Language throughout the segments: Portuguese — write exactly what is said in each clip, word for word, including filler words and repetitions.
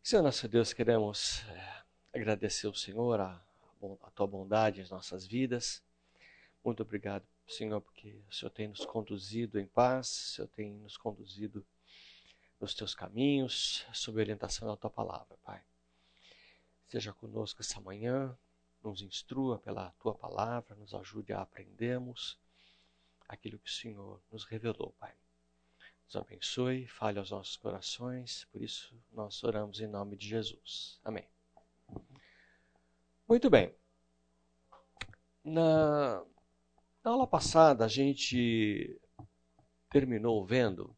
Senhor nosso Deus, queremos é, agradecer ao Senhor a, a tua bondade em nossas vidas. Muito obrigado, Senhor, porque o Senhor tem nos conduzido em paz, o Senhor tem nos conduzido nos teus caminhos, sob a orientação da tua palavra, Pai. Seja conosco essa manhã, nos instrua pela tua palavra, nos ajude a aprendermos aquilo que o Senhor nos revelou, Pai. Nos abençoe, fale aos nossos corações, por isso nós oramos em nome de Jesus. Amém. Muito bem. Na, na aula passada a gente terminou vendo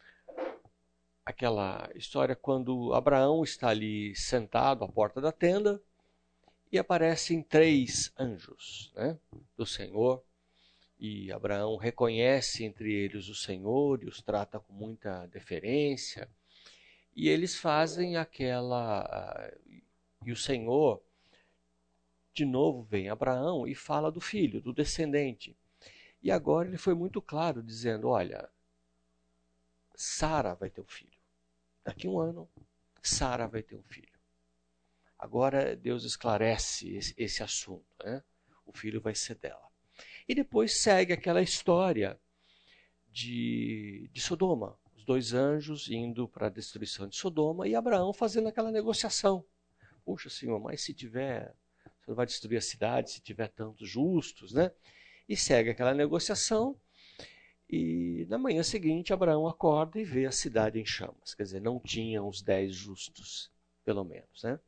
aquela história quando Abraão está ali sentado à porta da tenda e aparecem três anjos, né, do Senhor. E Abraão reconhece entre eles o Senhor e os trata com muita deferência. E eles fazem aquela... E o Senhor, de novo, vem a Abraão e fala do filho, do descendente. E agora ele foi muito claro, dizendo, olha, Sara vai ter um filho. Daqui a um ano, Sara vai ter um filho. Agora Deus esclarece esse, esse assunto, né? O filho vai ser dela. E depois segue aquela história de, de Sodoma. Os dois anjos indo para a destruição de Sodoma e Abraão fazendo aquela negociação. Puxa, Senhor, mas se tiver... Você não vai destruir a cidade se tiver tantos justos, né? E segue aquela negociação. E na manhã seguinte, Abraão acorda e vê a cidade em chamas. Quer dizer, não tinham os dez justos, pelo menos, né?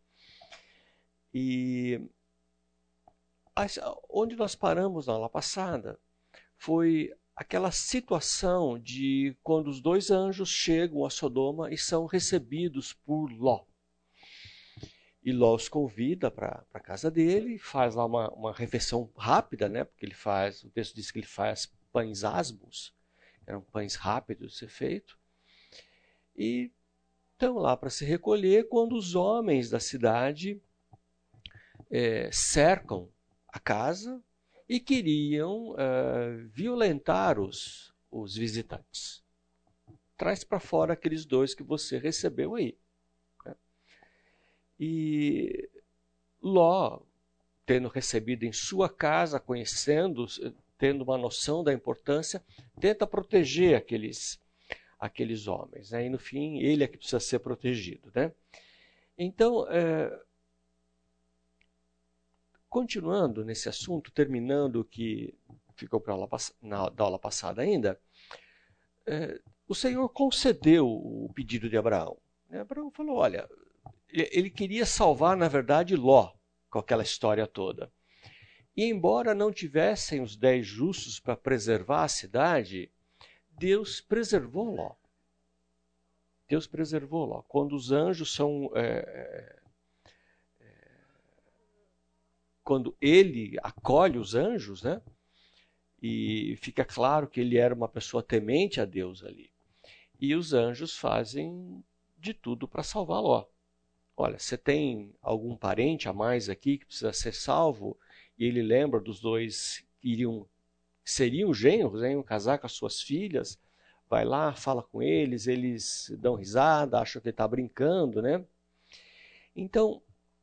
E... onde nós paramos na aula passada foi aquela situação de quando os dois anjos chegam a Sodoma e são recebidos por Ló. E Ló os convida para a casa dele, faz lá uma, uma refeição rápida, né? Porque ele faz, o texto diz que ele faz pães asmos, eram pães rápidos de ser feito. E estão lá para se recolher quando os homens da cidade é, cercam a casa e queriam uh, violentar os, os visitantes. Traz para fora aqueles dois que você recebeu aí. Né? E Ló, tendo recebido em sua casa, conhecendo, tendo uma noção da importância, tenta proteger aqueles, aqueles homens. Né? E no fim, ele é que precisa ser protegido. Né? Então, uh, continuando nesse assunto, terminando o que ficou para a aula passada ainda, é, o Senhor concedeu o pedido de Abraão. Abraão falou, olha, ele queria salvar, na verdade, Ló, com aquela história toda. E embora não tivessem os dez justos para preservar a cidade, Deus preservou Ló. Deus preservou Ló. Quando os anjos são... É, quando ele acolhe os anjos, né? E fica claro que ele era uma pessoa temente a Deus ali. E os anjos fazem de tudo para salvar Ló. Olha, você tem algum parente a mais aqui que precisa ser salvo? E ele lembra dos dois que iriam, seriam genros, iam casar com as suas filhas. Vai lá, fala com eles, eles dão risada, acham que ele está brincando, né? Então,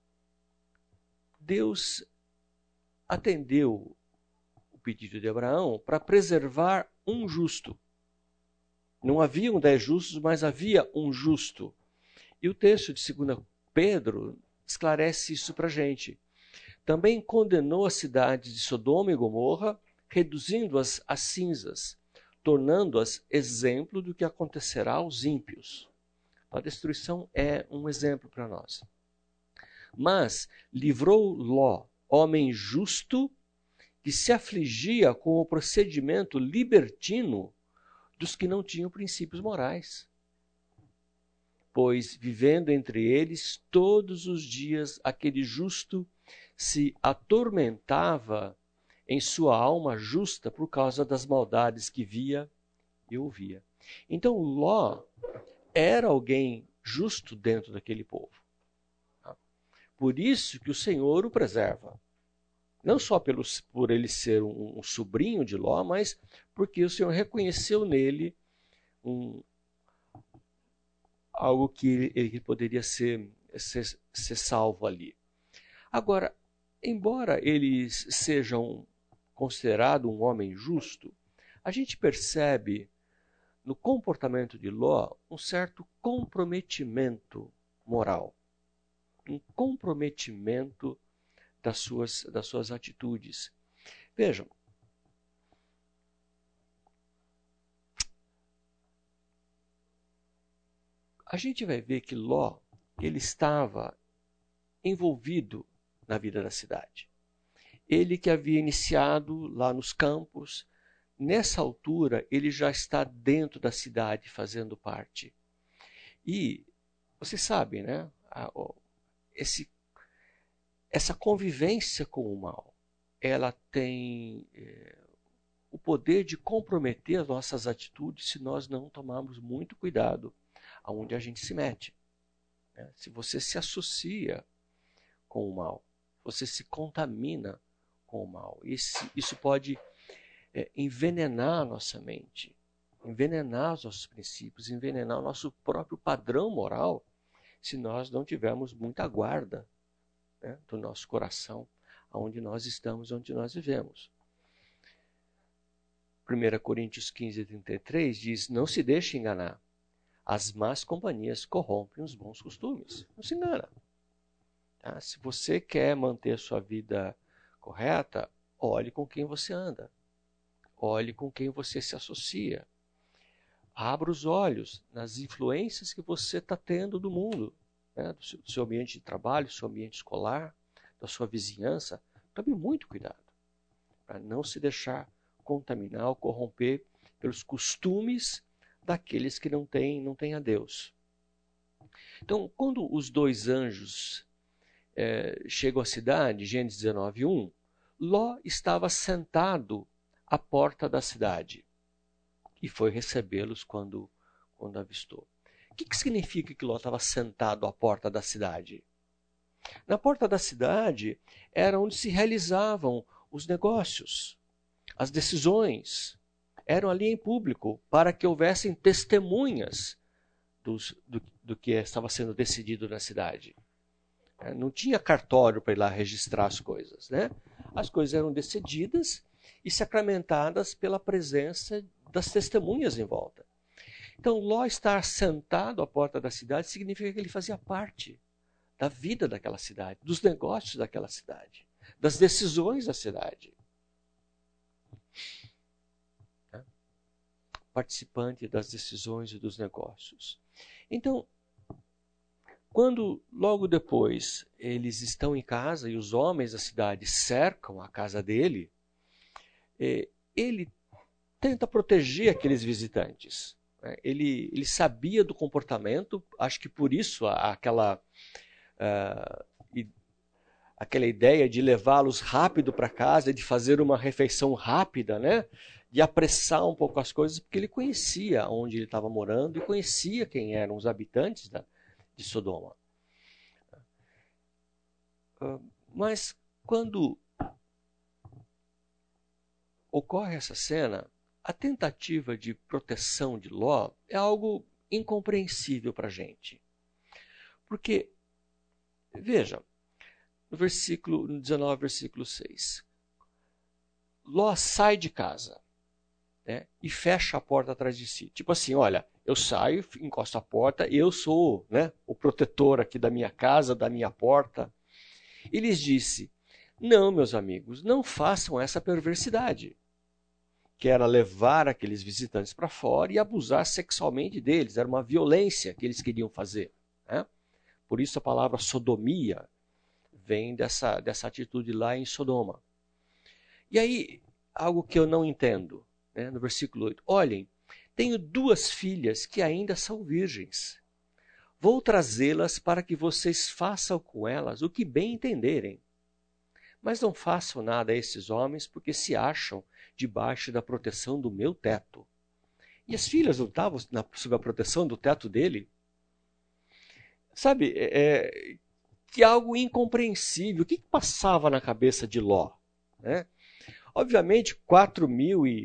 Deus atendeu o pedido de Abraão para preservar um justo. Não haviam dez justos, mas havia um justo. E o texto de segunda Pedro esclarece isso para a gente. Também condenou a cidade de Sodoma e Gomorra, reduzindo-as a cinzas, tornando-as exemplo do que acontecerá aos ímpios. A destruição é um exemplo para nós. Mas livrou Ló, homem justo, que se afligia com o procedimento libertino dos que não tinham princípios morais. Pois, vivendo entre eles todos os dias, aquele justo se atormentava em sua alma justa por causa das maldades que via e ouvia. Então, Ló era alguém justo dentro daquele povo. Por isso que o Senhor o preserva. Não só pelo, por ele ser um, um sobrinho de Ló, mas porque o Senhor reconheceu nele um, algo que ele, ele poderia ser ser, ser salvo ali. Agora, embora eles sejam considerados um homem justo, a gente percebe no comportamento de Ló um certo comprometimento moral, um comprometimento das suas, das suas atitudes. Vejam, a gente vai ver que Ló, ele estava envolvido na vida da cidade. Ele que havia iniciado lá nos campos, nessa altura ele já está dentro da cidade fazendo parte. E vocês sabem, né? Esse, essa convivência com o mal, ela tem é, o poder de comprometer as nossas atitudes se nós não tomarmos muito cuidado aonde a gente se mete. Né? Se você se associa com o mal, você se contamina com o mal. Isso, isso pode é, envenenar a nossa mente, envenenar os nossos princípios, envenenar o nosso próprio padrão moral, se nós não tivermos muita guarda, né, do nosso coração, onde nós estamos, onde nós vivemos. primeira Coríntios quinze, trinta e três diz, não se deixe enganar, as más companhias corrompem os bons costumes. Não se engana. Tá? Se você quer manter sua vida correta, olhe com quem você anda. Olhe com quem você se associa. Abra os olhos nas influências que você está tendo do mundo, né? do, seu, do seu ambiente de trabalho, do seu ambiente escolar, da sua vizinhança. Tome muito cuidado para não se deixar contaminar ou corromper pelos costumes daqueles que não têm, não têm a Deus. Então, quando os dois anjos é, chegam à cidade, Gênesis dezenove, um, Ló estava sentado à porta da cidade e foi recebê-los quando, quando avistou. O que, que significa que Ló estava sentado à porta da cidade? Na porta da cidade era onde se realizavam os negócios, as decisões, eram ali em público para que houvessem testemunhas dos, do, do que estava sendo decidido na cidade. Não tinha cartório para ir lá registrar as coisas, né? As coisas eram decididas e sacramentadas pela presença das testemunhas em volta. Então, Ló estar sentado à porta da cidade significa que ele fazia parte da vida daquela cidade, dos negócios daquela cidade, das decisões da cidade. Participante das decisões e dos negócios. Então, quando logo depois eles estão em casa e os homens da cidade cercam a casa dele, ele tenta proteger aqueles visitantes. Ele, ele sabia do comportamento, acho que por isso aquela, uh, aquela ideia de levá-los rápido para casa, de fazer uma refeição rápida, né? De apressar um pouco as coisas, porque ele conhecia onde ele estava morando e conhecia quem eram os habitantes da, de Sodoma. Uh, mas quando ocorre essa cena, a tentativa de proteção de Ló é algo incompreensível para a gente. Porque, veja, no versículo no dezenove, versículo seis, Ló sai de casa. Né, e fecha a porta atrás de si. Tipo assim, olha, eu saio, encosto a porta, eu sou, né, o protetor aqui da minha casa, da minha porta. E lhes disse, não, meus amigos, não façam essa perversidade, que era levar aqueles visitantes para fora e abusar sexualmente deles. Era uma violência que eles queriam fazer. Né? Por isso a palavra sodomia vem dessa, dessa atitude lá em Sodoma. E aí, algo que eu não entendo. No versículo oito, olhem, tenho duas filhas que ainda são virgens. Vou trazê-las para que vocês façam com elas o que bem entenderem. Mas não façam nada a esses homens, porque se acham debaixo da proteção do meu teto. E as filhas não estavam na, sob a proteção do teto dele? Sabe, é, que algo incompreensível. O que, que passava na cabeça de Ló? Né? Obviamente, quatro mil e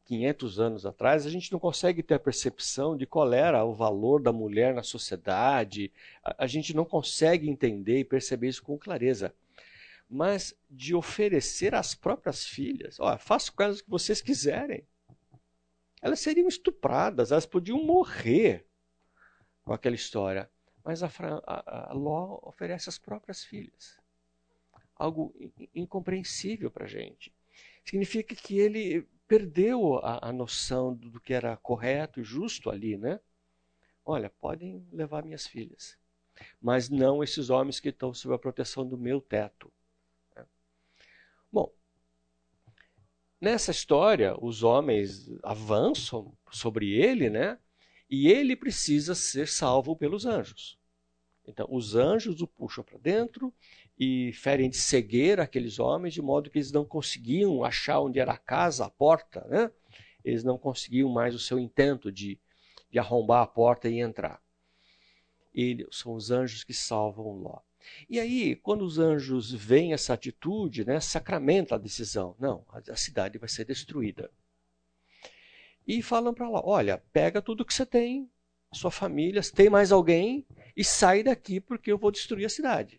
quinhentos anos atrás, a gente não consegue ter a percepção de qual era o valor da mulher na sociedade, a, a gente não consegue entender e perceber isso com clareza. Mas de oferecer às próprias filhas, olha, faça com elas o que vocês quiserem. Elas seriam estupradas, elas podiam morrer com aquela história. Mas a, a, a Ló oferece às próprias filhas. Algo incompreensível para a gente. Significa que ele perdeu a, a noção do, do que era correto e justo ali, né? Olha, podem levar minhas filhas, mas não esses homens que estão sob a proteção do meu teto. Né? Bom, nessa história, os homens avançam sobre ele, né? E ele precisa ser salvo pelos anjos. Então, os anjos o puxam para dentro e ferem de cegueira aqueles homens, de modo que eles não conseguiam achar onde era a casa, a porta, né? Eles não conseguiam mais o seu intento de, de arrombar a porta e entrar. E são os anjos que salvam Ló. E aí, quando os anjos veem essa atitude, né, sacramenta a decisão. Não, a cidade vai ser destruída. E falam para Ló, olha, pega tudo que você tem, sua família, se tem mais alguém, e sai daqui porque eu vou destruir a cidade.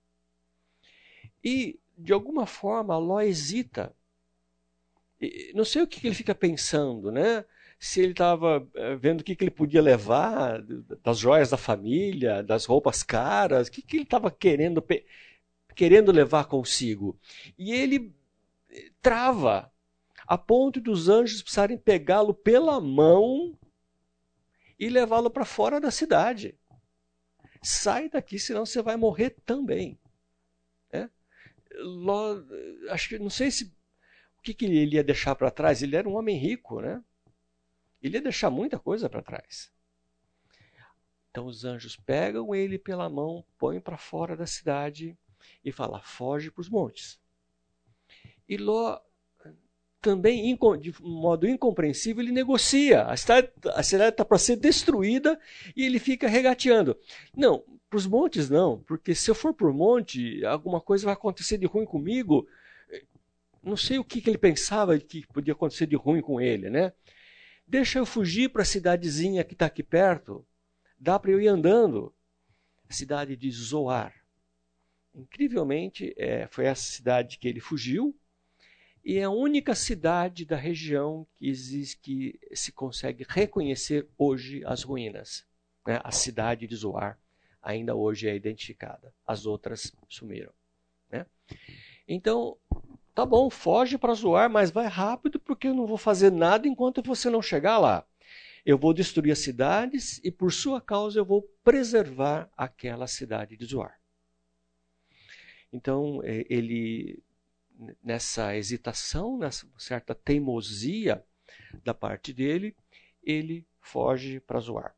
E, de alguma forma, Ló hesita. Não sei o que ele fica pensando, né? Se ele estava vendo o que ele podia levar, das joias da família, das roupas caras, o que ele estava querendo, querendo levar consigo. E ele trava, a ponto dos anjos precisarem pegá-lo pela mão e levá-lo para fora da cidade. Sai daqui, senão você vai morrer também. É? Ló, acho que não sei se o que, que ele ia deixar para trás. Ele era um homem rico, né? Ele ia deixar muita coisa para trás. Então os anjos pegam ele pela mão, põem para fora da cidade e falam: foge para os montes. E Ló também, de modo incompreensível, ele negocia. A cidade está para ser destruída e ele fica regateando. Não, para os montes não, porque se eu for para o monte, alguma coisa vai acontecer de ruim comigo. Não sei o que, que ele pensava que podia acontecer de ruim com ele, né? Deixa eu fugir para a cidadezinha que está aqui perto. Dá para eu ir andando. A cidade de Zoar. Incrivelmente, é, foi essa cidade que ele fugiu. E é a única cidade da região que existe, que se consegue reconhecer hoje as ruínas. Né? A cidade de Zoar ainda hoje é identificada. As outras sumiram. Né? Então, tá bom, foge para Zoar, mas vai rápido porque eu não vou fazer nada enquanto você não chegar lá. Eu vou destruir as cidades e por sua causa eu vou preservar aquela cidade de Zoar. Então, ele... nessa hesitação, nessa certa teimosia da parte dele, ele foge para Zoar.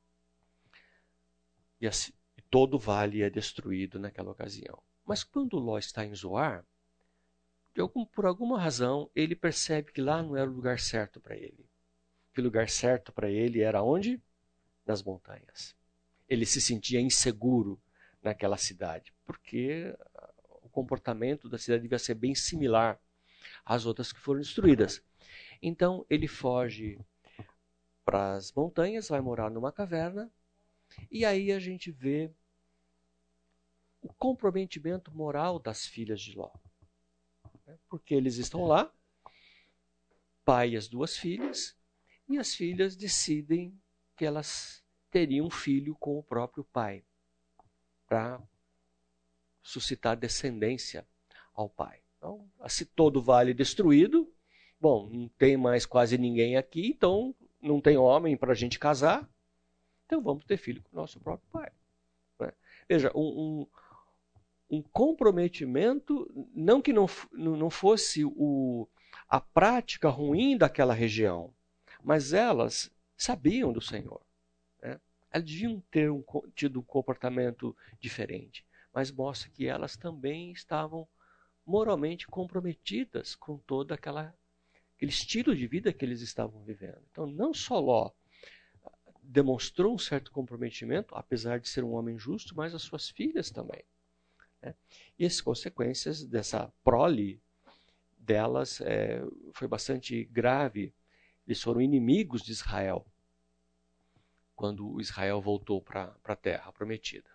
E assim, todo o vale é destruído naquela ocasião. Mas quando Ló está em Zoar, de algum, por alguma razão, ele percebe que lá não era o lugar certo para ele. Que o lugar certo para ele era onde? Nas montanhas. Ele se sentia inseguro naquela cidade, porque o comportamento da cidade devia ser bem similar às outras que foram destruídas. Então ele foge para as montanhas, vai morar numa caverna, e aí a gente vê o comprometimento moral das filhas de Ló. Porque eles estão lá, pai e as duas filhas, e as filhas decidem que elas teriam um filho com o próprio pai, para suscitar descendência ao pai. Então, se todo o vale destruído, bom, não tem mais quase ninguém aqui, então não tem homem para a gente casar, então vamos ter filho com o nosso próprio pai. Né? Veja, um, um, um comprometimento, não que não, não fosse o, a prática ruim daquela região, mas elas sabiam do Senhor. Né? Elas deviam ter um, tido um comportamento diferente. Mas mostra que elas também estavam moralmente comprometidas com todo aquela, aquele estilo de vida que eles estavam vivendo. Então, não só Ló demonstrou um certo comprometimento, apesar de ser um homem justo, mas as suas filhas também. Né? E as consequências dessa prole delas é, foi bastante grave Eles foram inimigos de Israel quando Israel voltou para a terra prometida.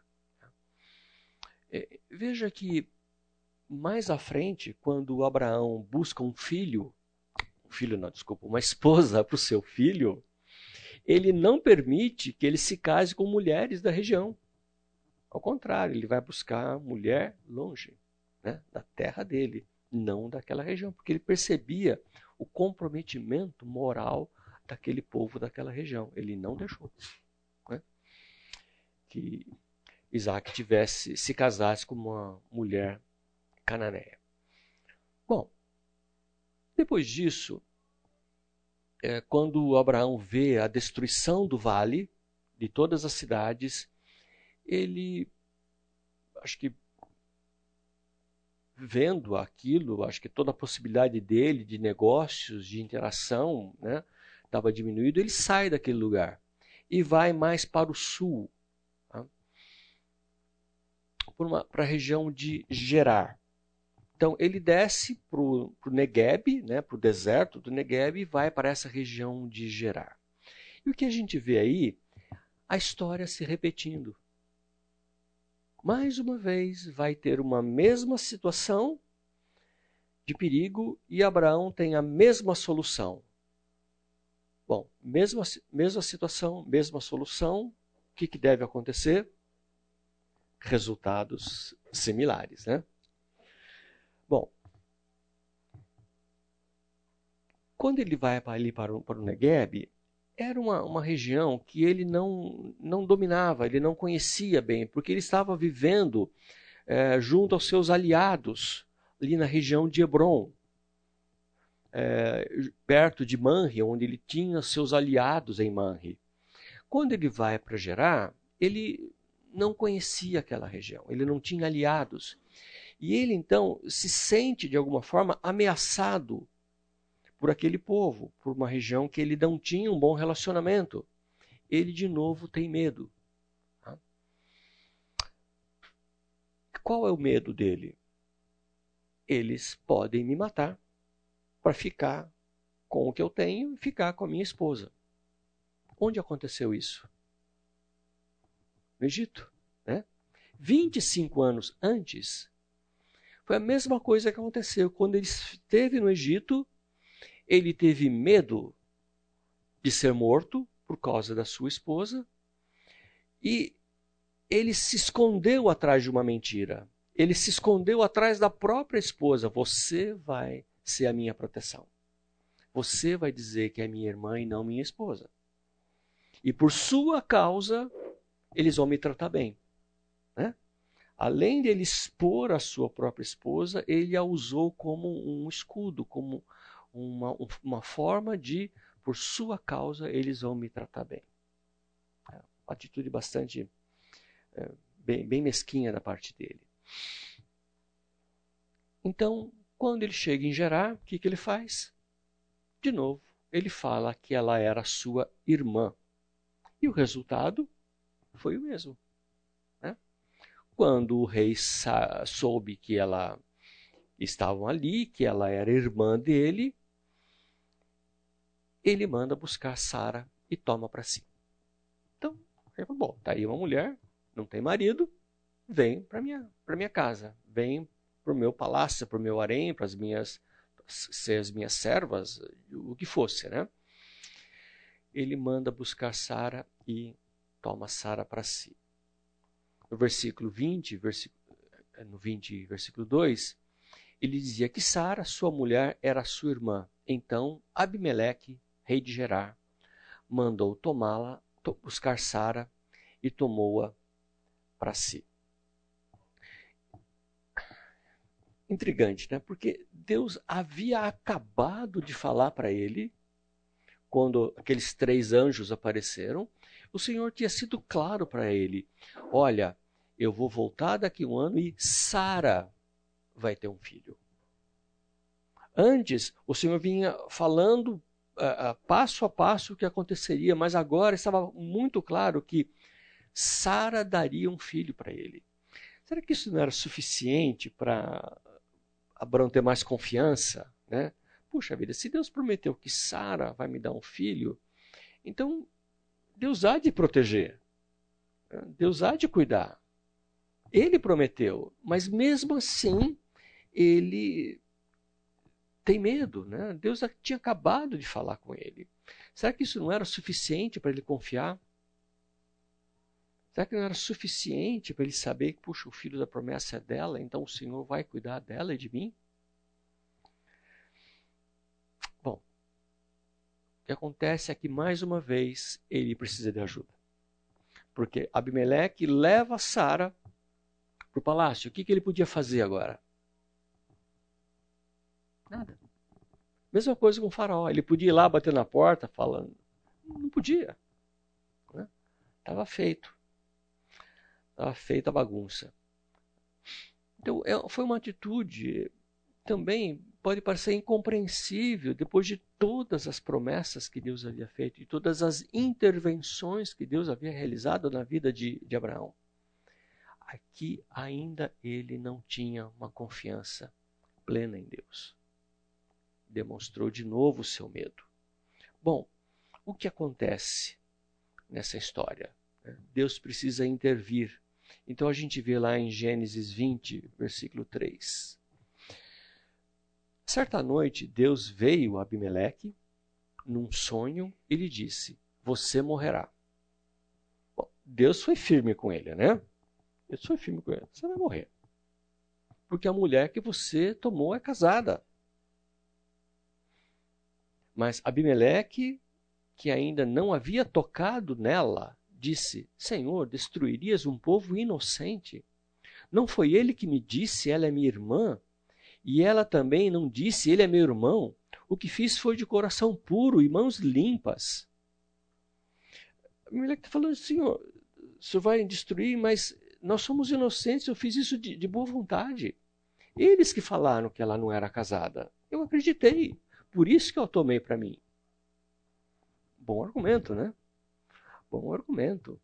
É, veja que mais à frente, quando Abraão busca um filho, um filho não, desculpa, uma esposa para o seu filho, ele não permite que ele se case com mulheres da região. Ao contrário, ele vai buscar mulher longe, né, da terra dele, não daquela região, porque ele percebia o comprometimento moral daquele povo daquela região. Ele não deixou, né, que Isaac tivesse, se casasse com uma mulher cananeia. Bom, depois disso, é, quando Abraão vê a destruição do vale, de todas as cidades, ele, acho que vendo aquilo, acho que toda a possibilidade dele de negócios, de interação, né, estava diminuído, ele sai daquele lugar e vai mais para o sul, tá, para a região de Gerar. Então ele desce para o Negueb, né, para o deserto do Negueb, e vai para essa região de Gerar. E o que a gente vê aí? A história se repetindo. Mais uma vez vai ter uma mesma situação de perigo e Abraão tem a mesma solução. Bom, mesma, mesma situação, mesma solução, o que, que deve acontecer? Resultados similares, né? Bom, quando ele vai ali para o, para o Negueb, era uma, uma região que ele não, não dominava, ele não conhecia bem, porque ele estava vivendo é, junto aos seus aliados, ali na região de Hebron, é, perto de Manre, onde ele tinha seus aliados em Manre. Quando ele vai para Gerar, ele não conhecia aquela região, ele não tinha aliados. E ele, então, se sente, de alguma forma, ameaçado por aquele povo, por uma região que ele não tinha um bom relacionamento. Ele, de novo, tem medo. Tá? Qual é o medo dele? Eles podem me matar para ficar com o que eu tenho e ficar com a minha esposa. Onde aconteceu isso? No Egito, né? vinte e cinco anos antes, foi a mesma coisa que aconteceu. Quando ele esteve no Egito, ele teve medo de ser morto por causa da sua esposa e ele se escondeu atrás de uma mentira. Ele se escondeu atrás da própria esposa. Você vai ser a minha proteção. Você vai dizer que é minha irmã e não minha esposa. E por sua causa, eles vão me tratar bem. Né? Além de ele expor a sua própria esposa, ele a usou como um escudo, como uma, uma forma de, por sua causa, eles vão me tratar bem. É uma atitude bastante, é, bem, bem mesquinha da parte dele. Então, quando ele chega em Gerar, o que, que ele faz? De novo, ele fala que ela era sua irmã. E o resultado foi o mesmo. Né? Quando o rei soube que ela estavam ali, que ela era irmã dele, ele manda buscar Sara e toma para si. Então, ele falou, bom, tá aí uma mulher, não tem marido, vem para minha, para minha casa, vem para o meu palácio, para o meu harém, para as minhas, ser as minhas servas, o que fosse, né? Ele manda buscar Sara e toma Sara para si. No versículo vinte, versículo, no vinte, versículo dois, ele dizia que Sara, sua mulher, era sua irmã. Então, Abimeleque, rei de Gerar, mandou tomá-la, to, buscar Sara e tomou-a para si. Intrigante, né? Porque Deus havia acabado de falar para ele, quando aqueles três anjos apareceram, o Senhor tinha sido claro para ele, olha, eu vou voltar daqui a um ano e Sara vai ter um filho. Antes, o Senhor vinha falando uh, uh, passo a passo o que aconteceria, mas agora estava muito claro que Sara daria um filho para ele. Será que isso não era suficiente para Abraão ter mais confiança? Né? puxa vida, se Deus prometeu que Sara vai me dar um filho, então Deus há de proteger, Deus há de cuidar. Ele prometeu, mas mesmo assim ele tem medo, né? Deus tinha acabado de falar com ele. Será que isso não era suficiente para ele confiar? Será que não era suficiente para ele saber que, puxa, o filho da promessa é dela, então o Senhor vai cuidar dela e de mim? Bom, o que acontece é que, mais uma vez, ele precisa de ajuda. Porque Abimeleque leva Sara para o palácio. O que, que ele podia fazer agora? Nada. Mesma coisa com o faraó. Ele podia ir lá bater na porta falando. Não podia. Estava feito. Estava feita a bagunça. Então, é, foi uma atitude também, pode parecer incompreensível, depois de todas as promessas que Deus havia feito e todas as intervenções que Deus havia realizado na vida de, de Abraão. Aqui ainda ele não tinha uma confiança plena em Deus. Demonstrou de novo o seu medo. Bom, o que acontece nessa história? Deus precisa intervir. Então a gente vê lá em Gênesis vinte, versículo três. Certa noite, Deus veio a Abimeleque num sonho e lhe disse, você morrerá. Bom, Deus foi firme com ele, né? Deus foi firme com ele. Você vai morrer. Porque a mulher que você tomou é casada. Mas Abimeleque, que ainda não havia tocado nela, disse, Senhor, destruirias um povo inocente? Não foi ele que me disse, ela é minha irmã? E ela também não disse, ele é meu irmão? O que fiz foi de coração puro e mãos limpas. Abimeleque está falando, Senhor, o Senhor vai destruir, mas nós somos inocentes, eu fiz isso de, de boa vontade. Eles que falaram que ela não era casada. Eu acreditei, por isso que eu a tomei para mim. Bom argumento, né? Bom argumento.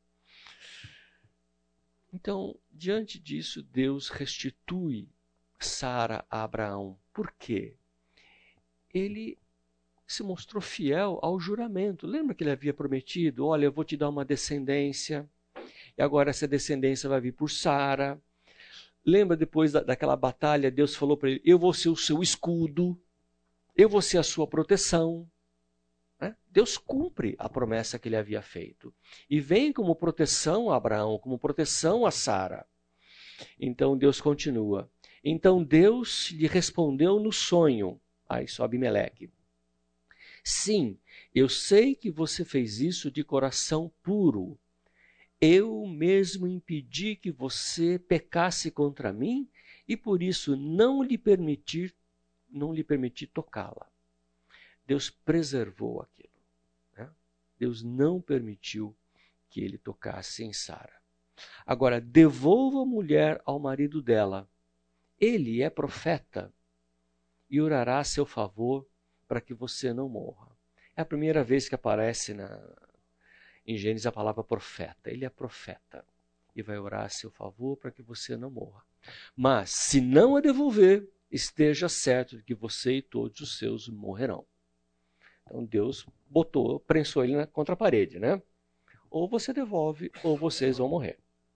Então, diante disso, Deus restitui Sara a Abraão. Por quê? Ele se mostrou fiel ao juramento. Lembra que ele havia prometido? Olha, eu vou te dar uma descendência, e agora essa descendência vai vir por Sara. Lembra depois da, daquela batalha, Deus falou para ele, eu vou ser o seu escudo, eu vou ser a sua proteção. Deus cumpre a promessa que ele havia feito. E vem como proteção a Abraão, como proteção a Sara. Então Deus continua. Então Deus lhe respondeu no sonho, a isso Abimeleque. Sim, eu sei que você fez isso de coração puro. Eu mesmo impedi que você pecasse contra mim e por isso não lhe permitir, não lhe permiti tocá-la. Deus preservou aquilo. Deus não permitiu que ele tocasse em Sara. Agora, devolva a mulher ao marido dela. Ele é profeta e orará a seu favor para que você não morra. É a primeira vez que aparece na, em Gênesis a palavra profeta. Ele é profeta e vai orar a seu favor para que você não morra. Mas, se não a devolver, esteja certo de que você e todos os seus morrerão. Então Deus botou, prensou ele contra a parede, né? Ou você devolve, ou vocês vão morrer.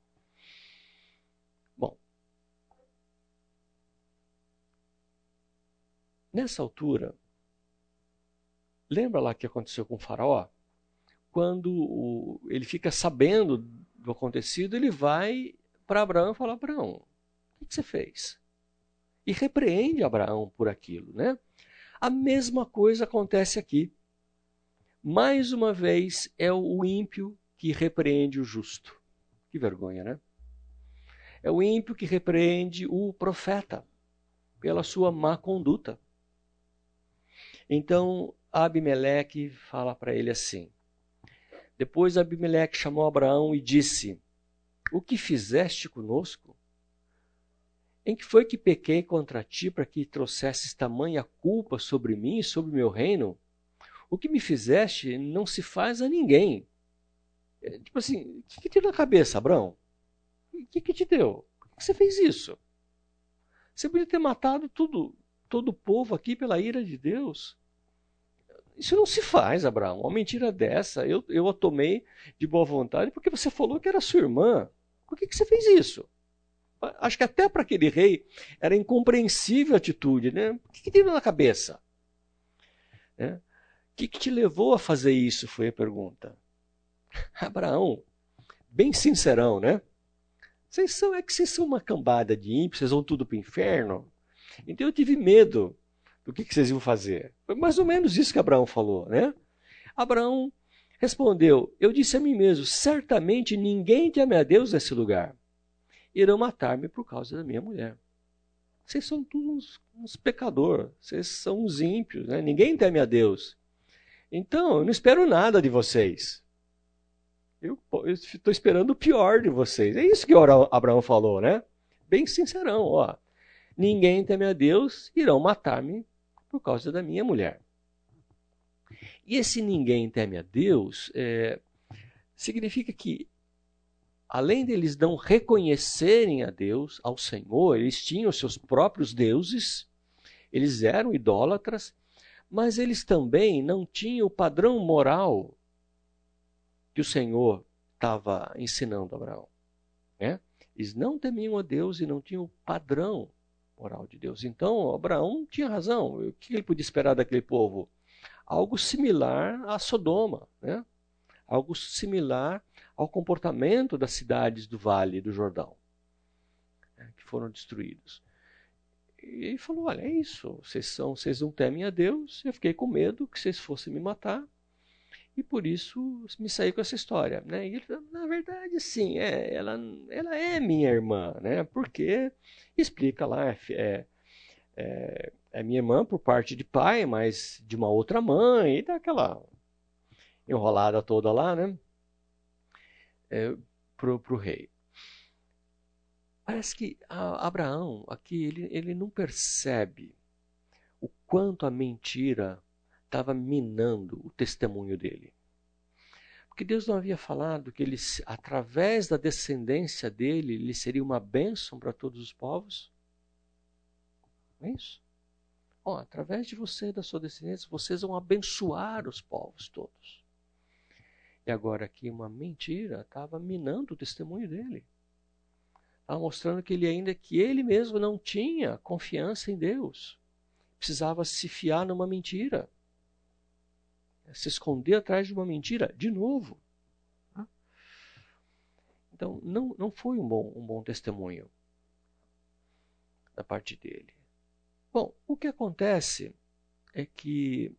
Bom, nessa altura, lembra lá o que aconteceu com o faraó? Quando o, ele fica sabendo do acontecido, ele vai para Abraão e fala, Abraão, o que você fez? E repreende Abraão por aquilo, né? A mesma coisa acontece aqui. Mais uma vez é o ímpio que repreende o justo. Que vergonha, né? É o ímpio que repreende o profeta pela sua má conduta. Então Abimeleque fala para ele assim. Depois Abimeleque chamou Abraão e disse, o que fizeste conosco? Em que foi que pequei contra ti para que trouxesses tamanha culpa sobre mim e sobre meu reino? O que me fizeste não se faz a ninguém. É, tipo assim, o que, que te deu na cabeça, Abraão? O que, que te deu? Por que você fez isso? Você podia ter matado tudo, todo o povo aqui pela ira de Deus? Isso não se faz, Abraão. Uma mentira dessa, eu, eu a tomei de boa vontade porque você falou que era sua irmã. Por que, que você fez isso? Acho que até para aquele rei era incompreensível a atitude, né? O que, que teve na cabeça? Né? O que, que te levou a fazer isso? Foi a pergunta. Abraão, bem sincerão, né? Vocês são, é que vocês são uma cambada de ímpios, vocês vão tudo para o inferno. Então eu tive medo do que, que vocês iam fazer. Foi mais ou menos isso que Abraão falou, né? Abraão respondeu, eu disse a mim mesmo, certamente ninguém teme a Deus nesse lugar. Irão matar-me por causa da minha mulher. Vocês são todos uns, uns pecadores, vocês são uns ímpios, né? Ninguém teme a Deus. Então, eu não espero nada de vocês. Eu estou esperando o pior de vocês. É isso que Abraão falou, né? Bem sincerão, ó. Ninguém teme a Deus, irão matar-me por causa da minha mulher. E esse ninguém teme a Deus é, significa que, além deles não reconhecerem a Deus, ao Senhor, eles tinham seus próprios deuses, eles eram idólatras, mas eles também não tinham o padrão moral que o Senhor estava ensinando a Abraão. Né? Eles não temiam a Deus e não tinham o padrão moral de Deus. Então, Abraão tinha razão. O que ele podia esperar daquele povo? Algo similar a Sodoma, né? Algo similar ao comportamento das cidades do Vale do Jordão, né, que foram destruídos. E ele falou, olha, é isso, vocês, são, vocês não temem a Deus, eu fiquei com medo que vocês fossem me matar, e por isso me saí com essa história. Né? E ele falou, na verdade, sim, é, ela, ela é minha irmã, né? Porque explica lá, é, é, é minha irmã por parte de pai, mas de uma outra mãe, e dá aquela enrolada toda lá, né? É, pro, pro rei. Parece que a, Abraão aqui ele, ele não percebe o quanto a mentira estava minando o testemunho dele. Porque Deus não havia falado que ele, através da descendência dele, ele seria uma bênção para todos os povos? Não é isso? Ó, através de você e da sua descendência, vocês vão abençoar os povos todos. E agora aqui uma mentira estava minando o testemunho dele. Estava mostrando que ele ainda, que ele mesmo não tinha confiança em Deus. Precisava se fiar numa mentira. Se esconder atrás de uma mentira, de novo. Então, não, não foi um bom, um bom testemunho da parte dele. Bom, o que acontece é que,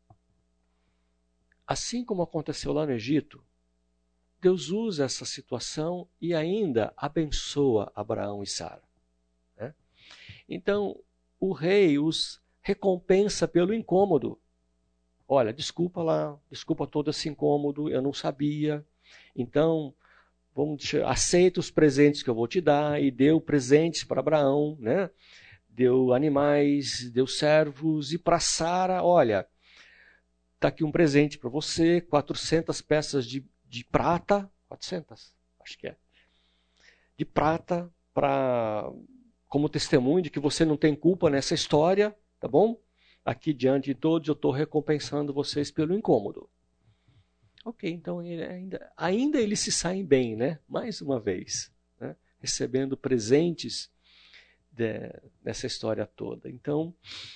assim como aconteceu lá no Egito, Deus usa essa situação e ainda abençoa Abraão e Sara. Né? Então, o rei os recompensa pelo incômodo. Olha, desculpa lá, desculpa todo esse incômodo, eu não sabia. Então, vamos deixar, aceita os presentes que eu vou te dar. E deu presentes para Abraão, né? Deu animais, deu servos. E para Sara, olha, está aqui um presente para você, quatrocentas peças de, de prata, quatrocentas, acho que é, de prata, pra, como testemunho de que você não tem culpa nessa história, tá bom? Aqui diante de todos eu estou recompensando vocês pelo incômodo. Ok, então ele ainda, ainda eles se saem bem, né? Mais uma vez, né? Recebendo presentes de, dessa história toda. Então,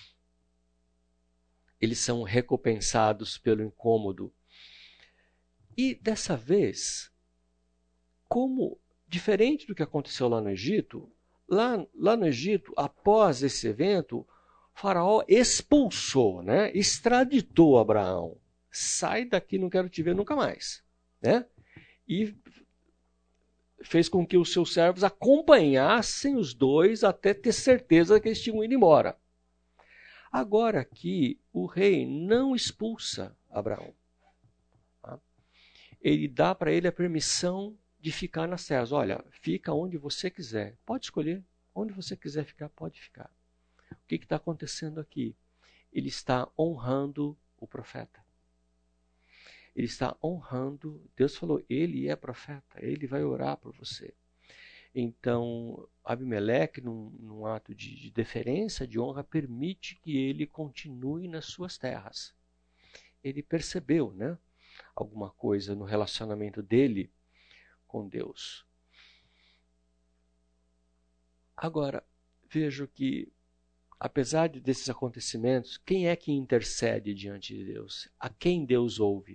eles são recompensados pelo incômodo. E dessa vez, como diferente do que aconteceu lá no Egito, lá, lá no Egito, após esse evento, Faraó expulsou, né? Extraditou Abraão. Sai daqui, não quero te ver nunca mais. Né? E fez com que os seus servos acompanhassem os dois até ter certeza que eles tinham ido embora. Agora aqui, o rei não expulsa Abraão. Tá? Ele dá para ele a permissão de ficar nas terras. Olha, fica onde você quiser. Pode escolher. Onde você quiser ficar, pode ficar. O que está acontecendo aqui? Ele está honrando o profeta. Ele está honrando. Deus falou, ele é profeta. Ele vai orar por você. Então, Abimeleque, num, num ato de, de deferência, de honra, permite que ele continue nas suas terras. Ele percebeu, né, alguma coisa no relacionamento dele com Deus. Agora, vejo que, apesar desses acontecimentos, quem é que intercede diante de Deus? A quem Deus ouve?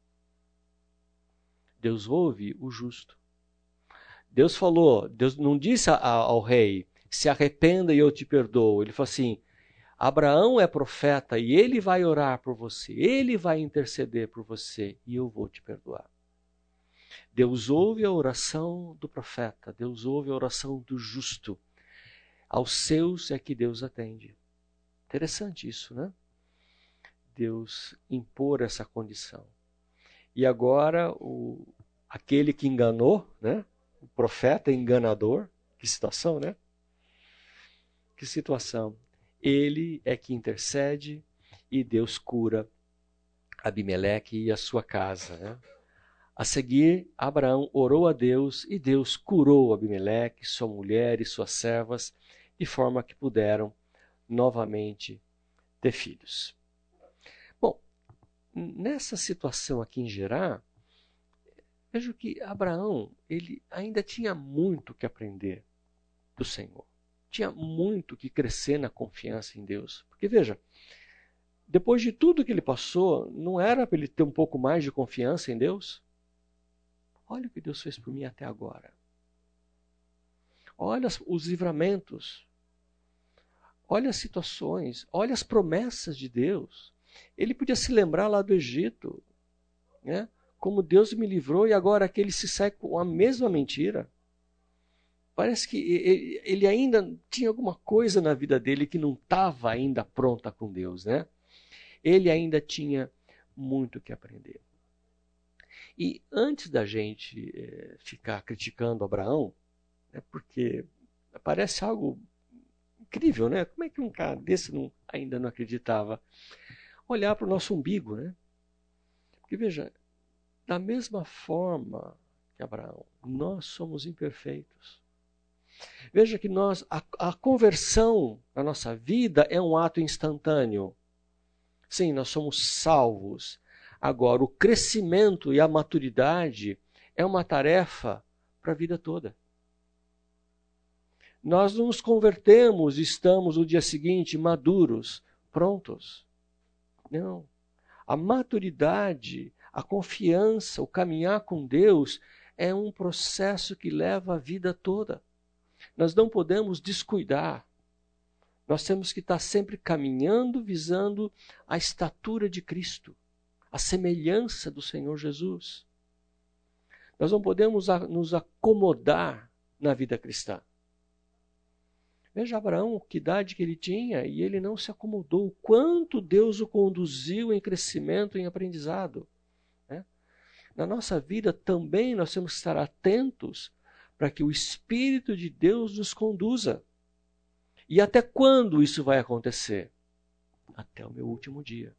Deus ouve o justo. Deus falou, Deus não disse ao rei, se arrependa e eu te perdoo. Ele falou assim, Abraão é profeta e ele vai orar por você, ele vai interceder por você e eu vou te perdoar. Deus ouve a oração do profeta, Deus ouve a oração do justo. Aos seus é que Deus atende. Interessante isso, né? Deus impor essa condição. E agora, o, aquele que enganou, né? O profeta enganador, que situação, né? Que situação. Ele é que intercede e Deus cura Abimeleque e a sua casa, né? A seguir, Abraão orou a Deus e Deus curou Abimeleque, sua mulher e suas servas, de forma que puderam novamente ter filhos. Bom, nessa situação aqui em Gerar, vejo que Abraão ele ainda tinha muito que aprender do Senhor. Tinha muito que crescer na confiança em Deus. Porque veja, depois de tudo que ele passou, não era para ele ter um pouco mais de confiança em Deus? Olha o que Deus fez por mim até agora. Olha os livramentos. Olha as situações. Olha as promessas de Deus. Ele podia se lembrar lá do Egito, né? Como Deus me livrou e agora que ele se sai com a mesma mentira. Parece que ele ainda tinha alguma coisa na vida dele que não estava ainda pronta com Deus, né? Ele ainda tinha muito que aprender. E antes da gente é, ficar criticando Abraão, né, porque parece algo incrível, né? Como é que um cara desse não, ainda não acreditava? Olhar para o nosso umbigo, né? Porque veja, da mesma forma que Abraão, nós somos imperfeitos. Veja que nós, a, a conversão na nossa vida é um ato instantâneo. Sim, nós somos salvos. Agora, o crescimento e a maturidade é uma tarefa para a vida toda. Nós não nos convertemos e estamos no dia seguinte maduros, prontos. Não. A maturidade, a confiança, o caminhar com Deus é um processo que leva a vida toda. Nós não podemos descuidar. Nós temos que estar sempre caminhando, visando a estatura de Cristo, a semelhança do Senhor Jesus. Nós não podemos nos acomodar na vida cristã. Veja Abraão, que idade que ele tinha, e ele não se acomodou. O quanto Deus o conduziu em crescimento, em aprendizado. Né? Na nossa vida também nós temos que estar atentos para que o Espírito de Deus nos conduza. E até quando isso vai acontecer? Até o meu último dia.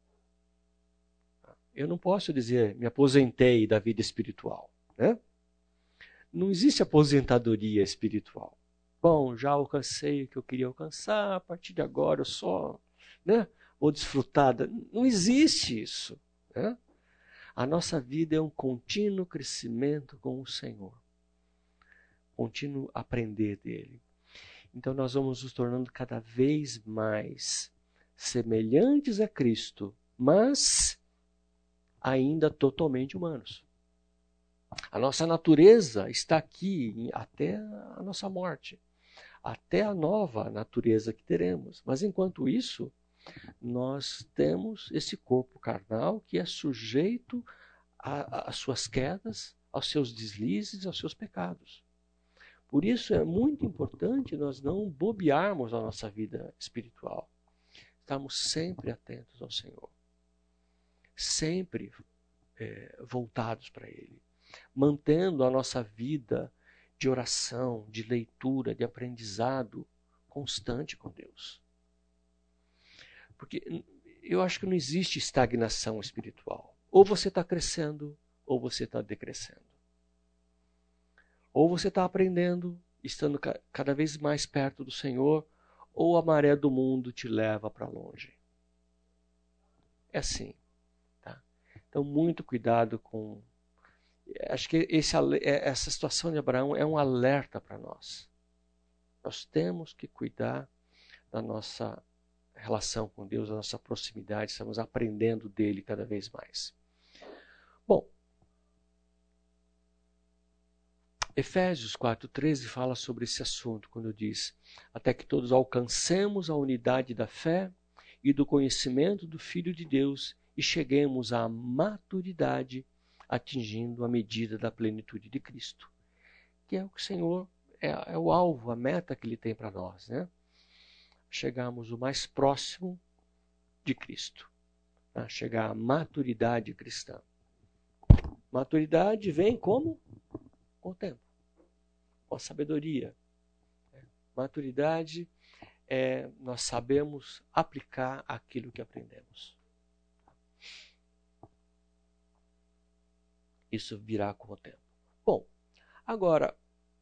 Eu não posso dizer, me aposentei da vida espiritual. Né? Não existe aposentadoria espiritual. Bom, já alcancei o que eu queria alcançar, a partir de agora eu só né, vou desfrutar. Da... Não existe isso. Né? A nossa vida é um contínuo crescimento com o Senhor. Contínuo aprender dele. Então nós vamos nos tornando cada vez mais semelhantes a Cristo, mas ainda totalmente humanos. A nossa natureza está aqui até a nossa morte, até a nova natureza que teremos. Mas enquanto isso, nós temos esse corpo carnal que é sujeito às suas quedas, aos seus deslizes, aos seus pecados. Por isso é muito importante nós não bobearmos a nossa vida espiritual. Estamos sempre atentos ao Senhor. Sempre é, voltados para Ele. Mantendo a nossa vida de oração, de leitura, de aprendizado constante com Deus. Porque eu acho que não existe estagnação espiritual. Ou você está crescendo, ou você está decrescendo. Ou você está aprendendo, estando cada vez mais perto do Senhor, ou a maré do mundo te leva para longe. É assim. Tá? Então, muito cuidado com... Acho que esse, essa situação de Abraão é um alerta para nós. Nós temos que cuidar da nossa relação com Deus, da nossa proximidade, estamos aprendendo dele cada vez mais. Bom, Efésios quatro, treze fala sobre esse assunto, quando diz: até que todos alcancemos a unidade da fé e do conhecimento do Filho de Deus e cheguemos à maturidade, atingindo a medida da plenitude de Cristo. Que é o que o Senhor, é, é o alvo, a meta que Ele tem para nós, né? Chegarmos o mais próximo de Cristo, né? Chegar à maturidade cristã. Maturidade vem como? Com o tempo, com a sabedoria. Maturidade é nós sabemos aplicar aquilo que aprendemos. Isso virá com o tempo. Bom, agora,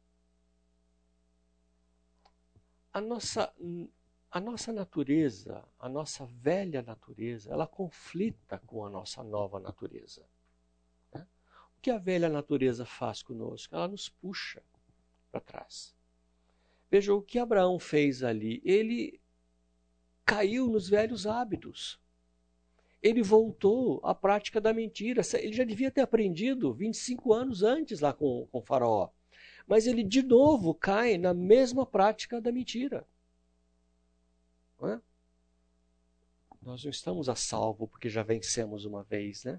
a nossa, a nossa natureza, a nossa velha natureza, ela conflita com a nossa nova natureza. Né? O que a velha natureza faz conosco? Ela nos puxa para trás. Veja o que Abraão fez ali. Ele caiu nos velhos hábitos. Ele voltou à prática da mentira. Ele já devia ter aprendido vinte e cinco anos antes lá com, com o faraó. Mas ele de novo cai na mesma prática da mentira. Não é? Nós não estamos a salvo porque já vencemos uma vez, né?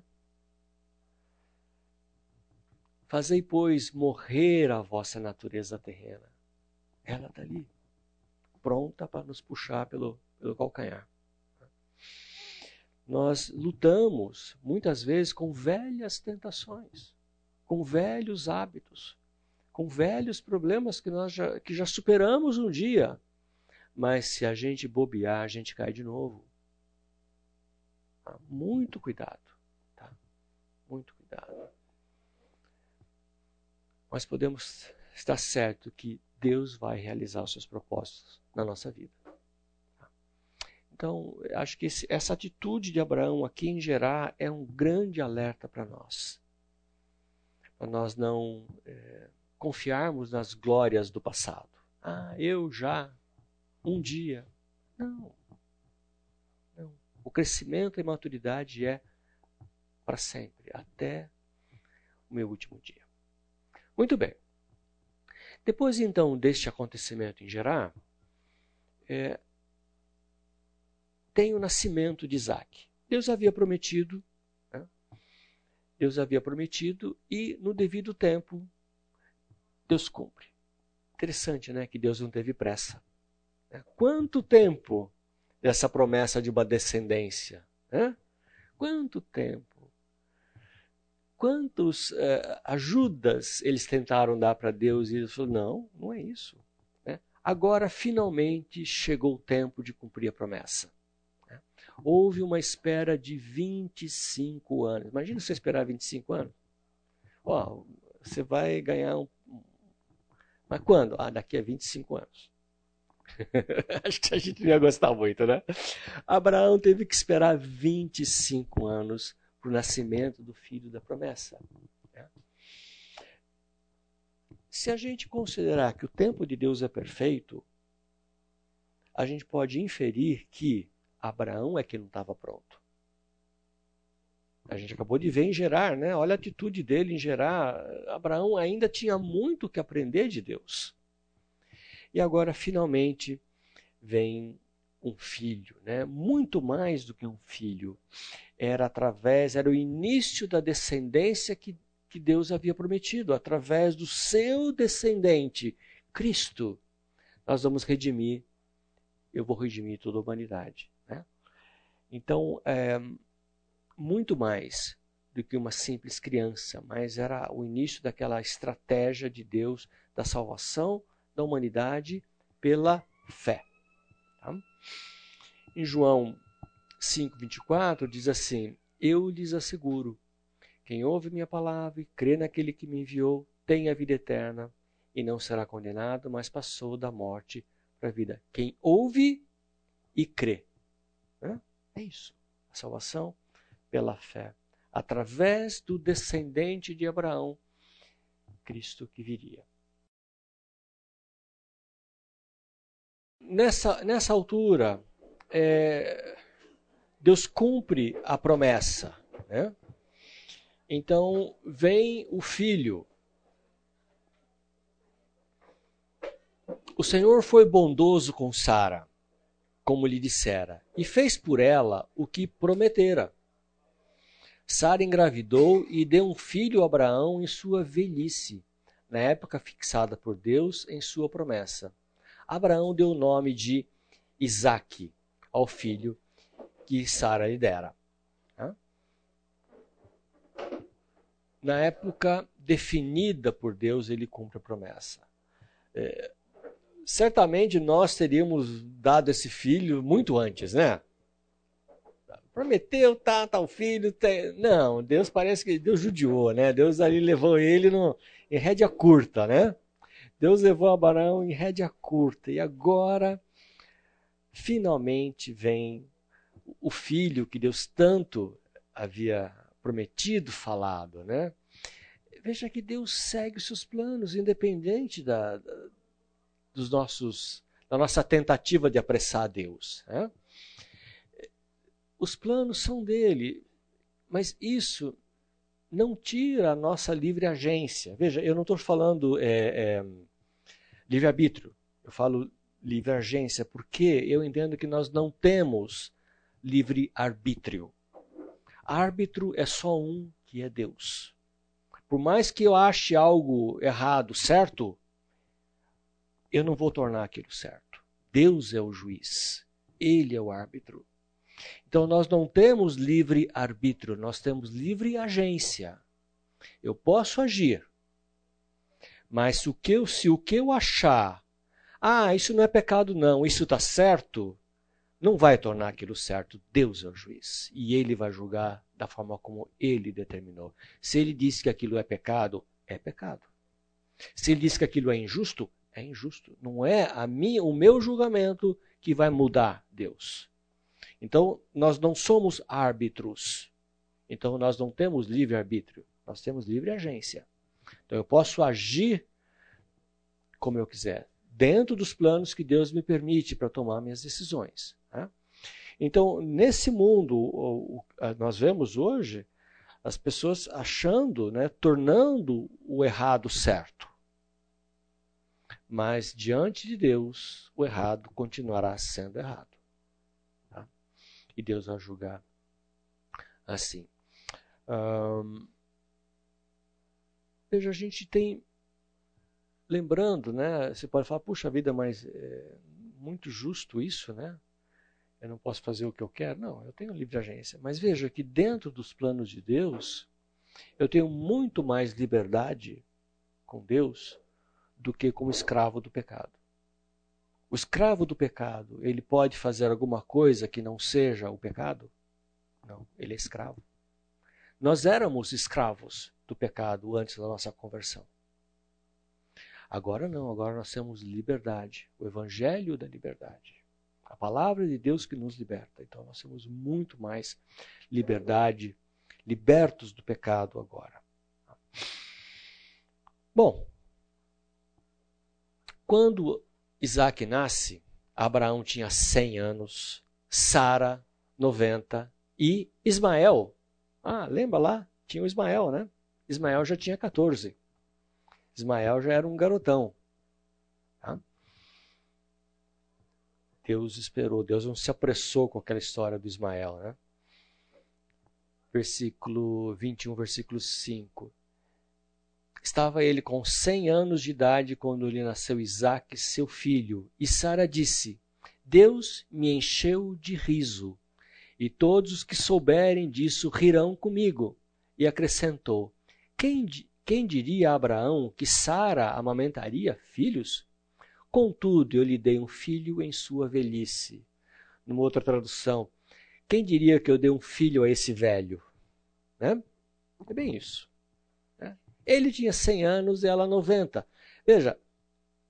Fazei, pois, morrer a vossa natureza terrena. Ela está ali, pronta para nos puxar pelo, pelo calcanhar. Nós lutamos, muitas vezes, com velhas tentações, com velhos hábitos, com velhos problemas que nós já, que já superamos um dia. Mas se a gente bobear, a gente cai de novo. Tá? Muito cuidado. Tá? Muito cuidado. Nós podemos estar certo que Deus vai realizar os seus propósitos na nossa vida. Então, acho que esse, essa atitude de Abraão aqui em Gerar é um grande alerta para nós. Para nós não é, confiarmos nas glórias do passado. Ah, eu já, um dia. Não. Não. O crescimento e maturidade é para sempre, até o meu último dia. Muito bem. Depois, então, deste acontecimento em Gerar, é, tem o nascimento de Isaac. Deus havia prometido, né? Deus havia prometido e, no devido tempo, Deus cumpre. Interessante, né? Que Deus não teve pressa. Né? Quanto tempo dessa promessa de uma descendência? Né? Quanto tempo? Quantas uh, ajudas eles tentaram dar para Deus e ele falou, não, não é isso. Né? Agora, finalmente, chegou o tempo de cumprir a promessa. Né? Houve uma espera de vinte e cinco anos. Imagina você esperar vinte e cinco anos. Ó, você vai ganhar um... Mas quando? Ah, daqui a vinte e cinco anos. Acho que a gente não ia gostar muito, né? Abraão teve que esperar vinte e cinco anos para o nascimento do filho da promessa. Né? Se a gente considerar que o tempo de Deus é perfeito, a gente pode inferir que Abraão é que não estava pronto. A gente acabou de ver em Gerar, né? Olha a atitude dele em Gerar. Abraão ainda tinha muito que aprender de Deus. E agora, finalmente, vem um filho, né? Muito mais do que um filho. Era através, era o início da descendência que, que Deus havia prometido. Através do seu descendente, Cristo, nós vamos redimir, eu vou redimir toda a humanidade. Né? Então, é, muito mais do que uma simples criança, mas era o início daquela estratégia de Deus da salvação da humanidade pela fé. Tá? Em João cinco, vinte e quatro diz assim, eu lhes asseguro, quem ouve minha palavra e crê naquele que me enviou, tem a vida eterna e não será condenado, mas passou da morte para a vida. Quem ouve e crê. É isso. A salvação pela fé. Através do descendente de Abraão, Cristo que viria. Nessa, nessa altura, é, Deus cumpre a promessa, né? Então vem o filho. O Senhor foi bondoso com Sara, como lhe dissera, e fez por ela o que prometera. Sara engravidou e deu um filho a Abraão em sua velhice, na época fixada por Deus em sua promessa. Abraão deu o nome de Isaque ao filho que Sara lhe dera. Na época definida por Deus, ele cumpre a promessa. É, certamente nós teríamos dado esse filho muito antes, né? Prometeu, tá, tá o filho. Tá... Não, Deus parece que Deus judiou, né? Deus ali levou ele no, em rédea curta, né? Deus levou Abraão em rédea curta. E agora, finalmente vem o filho que Deus tanto havia prometido, falado, né? Veja que Deus segue os seus planos, independente da, da, dos nossos, da nossa tentativa de apressar a Deus, né? Os planos são dele, mas isso não tira a nossa livre agência. Veja, eu não estou falando é, é, livre-arbítrio, eu falo livre agência, porque eu entendo que nós não temos livre-arbítrio. Árbitro é só um, que é Deus. Por mais que eu ache algo errado, certo, eu não vou tornar aquilo certo. Deus é o juiz, ele é o árbitro. Então nós não temos livre-arbítrio, nós temos livre agência. Eu posso agir, mas se o que eu, se o que eu achar, ah, isso não é pecado não, isso está certo, não vai tornar aquilo certo. Deus é o juiz e ele vai julgar da forma como ele determinou. Se ele disse que aquilo é pecado, é pecado. Se ele disse que aquilo é injusto, é injusto. Não é a minha, o meu julgamento que vai mudar Deus. Então, nós não somos árbitros. Então, nós não temos livre-arbítrio. Nós temos livre agência. Então, eu posso agir como eu quiser, dentro dos planos que Deus me permite para tomar minhas decisões. Né? Então, nesse mundo, nós vemos hoje as pessoas achando, né, tornando o errado certo. Mas, diante de Deus, o errado continuará sendo errado. Tá? E Deus vai julgar assim. Hum, veja, a gente tem... Lembrando, né, você pode falar, puxa vida, mas é muito justo isso, né? Eu não posso fazer o que eu quero. Não, eu tenho livre agência. Mas veja que dentro dos planos de Deus, eu tenho muito mais liberdade com Deus do que como escravo do pecado. O escravo do pecado, ele pode fazer alguma coisa que não seja o pecado? Não, ele é escravo. Nós éramos escravos do pecado antes da nossa conversão. Agora não, agora nós temos liberdade, o evangelho da liberdade. A palavra de Deus que nos liberta. Então nós temos muito mais liberdade, libertos do pecado agora. Bom, quando Isaac nasce, Abraão tinha cem anos, Sara noventa e Ismael, ah, lembra lá? Tinha o Ismael, né? Ismael já tinha quatorze. Ismael já era um garotão. Tá? Deus esperou, Deus não se apressou com aquela história do Ismael. Né? Versículo vinte e um, versículo cinco. Estava ele com cem anos de idade quando lhe nasceu Isaque, seu filho. E Sara disse, Deus me encheu de riso, e todos os que souberem disso rirão comigo. E acrescentou, quem Quem diria a Abraão que Sara amamentaria filhos? Contudo, eu lhe dei um filho em sua velhice. Numa outra tradução, quem diria que eu dei um filho a esse velho? Né? É bem isso. Né? Ele tinha cem anos e ela noventa. Veja,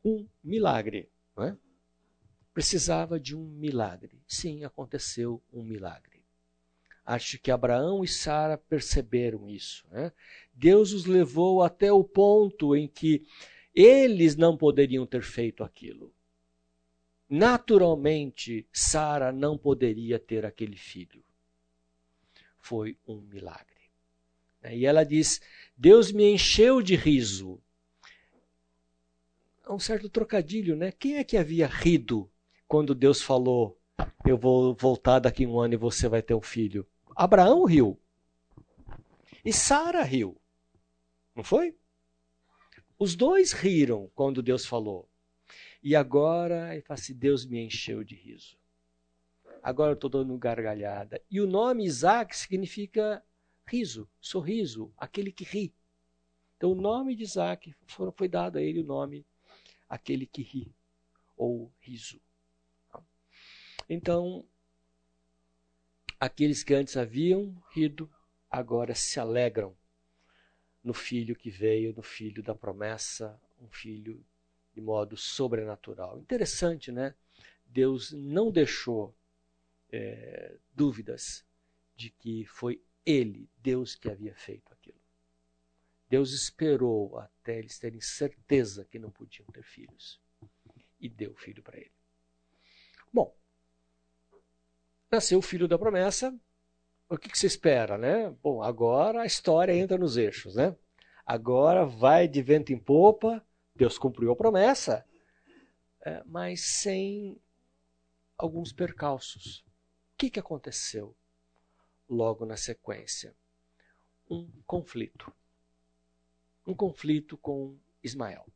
um milagre, não é? Precisava de um milagre. Sim, aconteceu um milagre. Acho que Abraão e Sara perceberam isso, né? Deus os levou até o ponto em que eles não poderiam ter feito aquilo. Naturalmente, Sara não poderia ter aquele filho. Foi um milagre. E ela diz, Deus me encheu de riso. É um certo trocadilho, né? Quem é que havia rido quando Deus falou, eu vou voltar daqui a um ano e você vai ter um filho? Abraão riu. E Sara riu. Não foi? Os dois riram quando Deus falou. E agora, ele fala assim, Deus me encheu de riso. Agora eu estou dando gargalhada. E o nome Isaac significa riso, sorriso, aquele que ri. Então o nome de Isaac foi, foi dado a ele o nome, aquele que ri, ou riso. Então, aqueles que antes haviam rido, agora se alegram no filho que veio, no filho da promessa, um filho de modo sobrenatural. Interessante, né? Deus não deixou é, dúvidas de que foi Ele, Deus, que havia feito aquilo. Deus esperou até eles terem certeza que não podiam ter filhos. E deu o filho para ele. Bom, nasceu o filho da promessa. O que, que se espera, né? Bom, agora a história entra nos eixos, né? Agora vai de vento em popa. Deus cumpriu a promessa, é, mas sem alguns percalços. O que, que aconteceu logo na sequência? Um conflito. Um conflito com Ismael.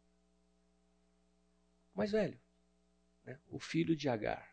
O mais velho, né? O filho de Agar.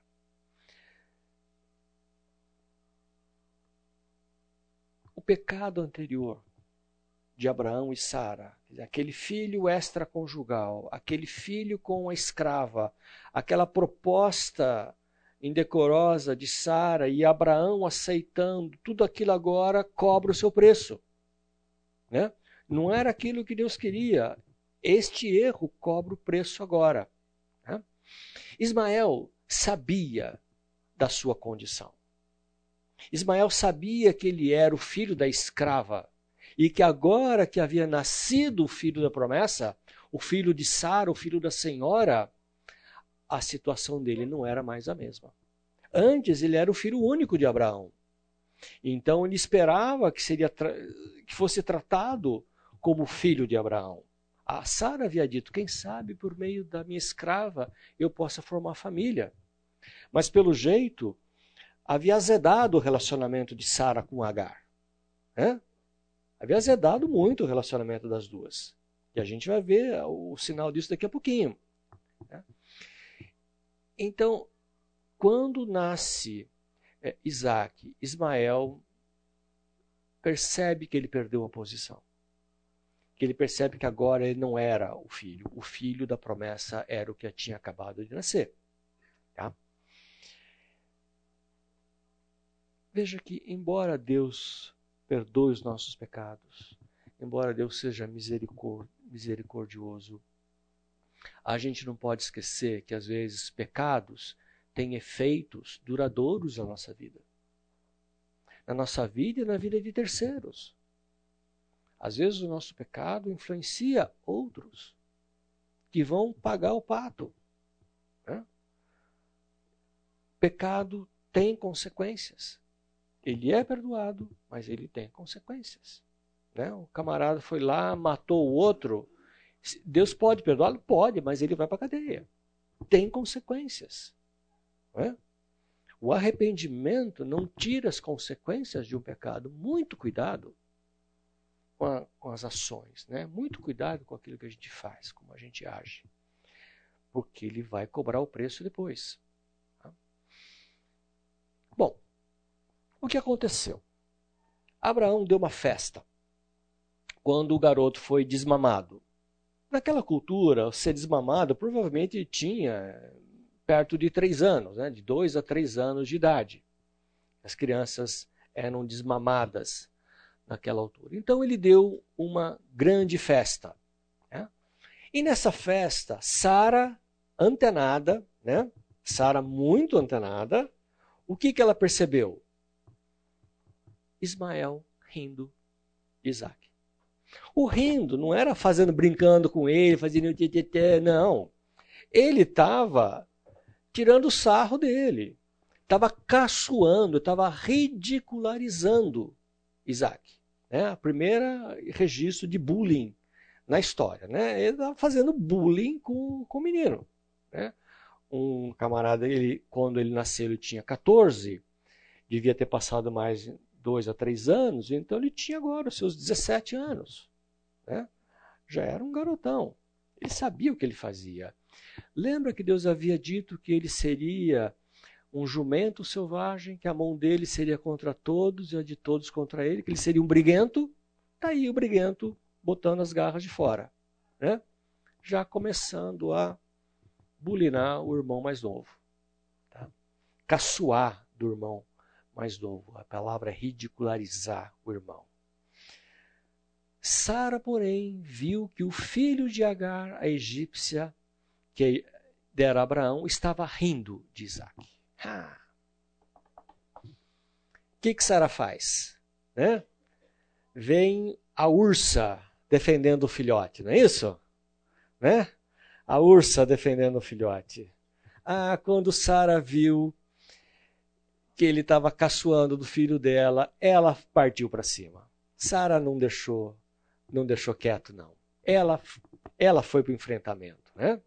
O pecado anterior de Abraão e Sara, aquele filho extraconjugal, aquele filho com a escrava, aquela proposta indecorosa de Sara e Abraão aceitando, tudo aquilo agora cobra o seu preço, né? Não era aquilo que Deus queria. Este erro cobra o preço agora, né? Ismael sabia da sua condição. Ismael sabia que ele era o filho da escrava e que agora que havia nascido o filho da promessa, o filho de Sara, o filho da senhora, a situação dele não era mais a mesma. Antes ele era o filho único de Abraão. Então ele esperava que, seria que fosse tratado como filho de Abraão. A Sara havia dito, quem sabe por meio da minha escrava eu possa formar família. Mas pelo jeito havia azedado o relacionamento de Sara com Agar. Né? Havia azedado muito o relacionamento das duas. E a gente vai ver o sinal disso daqui a pouquinho. Né? Então, quando nasce é, Isaac, Ismael percebe que ele perdeu a posição. Que ele percebe que agora ele não era o filho. O filho da promessa era o que tinha acabado de nascer. Tá? Veja que, embora Deus perdoe os nossos pecados, embora Deus seja misericordioso, a gente não pode esquecer que, às vezes, pecados têm efeitos duradouros na nossa vida. Na nossa vida e na vida de terceiros. Às vezes, o nosso pecado influencia outros que vão pagar o pato. Né? Pecado tem consequências. Ele é perdoado, mas ele tem consequências. Né? O camarada foi lá, matou o outro. Deus pode perdoá-lo? Pode, mas ele vai para a cadeia. Tem consequências. Né? O arrependimento não tira as consequências de um pecado. Muito cuidado com, a, com as ações. Né? Muito cuidado com aquilo que a gente faz, como a gente age. Porque ele vai cobrar o preço depois. Tá? Bom, o que aconteceu? Abraão deu uma festa quando o garoto foi desmamado. Naquela cultura, ser desmamado provavelmente tinha perto de três anos, né? De dois a três anos de idade. As crianças eram desmamadas naquela altura. Então ele deu uma grande festa. Né? E nessa festa, Sara, antenada, né? Sara muito antenada, o que, que ela percebeu? Ismael rindo de Isaac. O rindo não era fazendo, brincando com ele, fazendo tê, não. Ele estava tirando o sarro dele. Estava caçoando, estava ridicularizando Isaac. Né? A primeira registro de bullying na história. Né? Ele estava fazendo bullying com, com o menino. Né? Um camarada, ele, quando ele nasceu, ele tinha quatorze, devia ter passado mais dois a três anos, então ele tinha agora os seus dezessete anos. Né? Já era um garotão. Ele sabia o que ele fazia. Lembra que Deus havia dito que ele seria um jumento selvagem, que a mão dele seria contra todos e a de todos contra ele, que ele seria um briguento? Está aí o briguento botando as garras de fora. Né? Já começando a bulinar o irmão mais novo. Tá? Caçoar do irmão mais novo. A palavra é ridicularizar o irmão. Sara, porém, viu que o filho de Agar, a egípcia, que dera a Abraão, estava rindo de Isaac. Ah. O que que Sara faz? Né? Vem a ursa defendendo o filhote, não é isso? Né? A ursa defendendo o filhote. Ah, quando Sara viu que ele estava caçoando do filho dela, ela partiu para cima. Sara não deixou, não deixou quieto, não. Ela, ela foi para o enfrentamento. Né?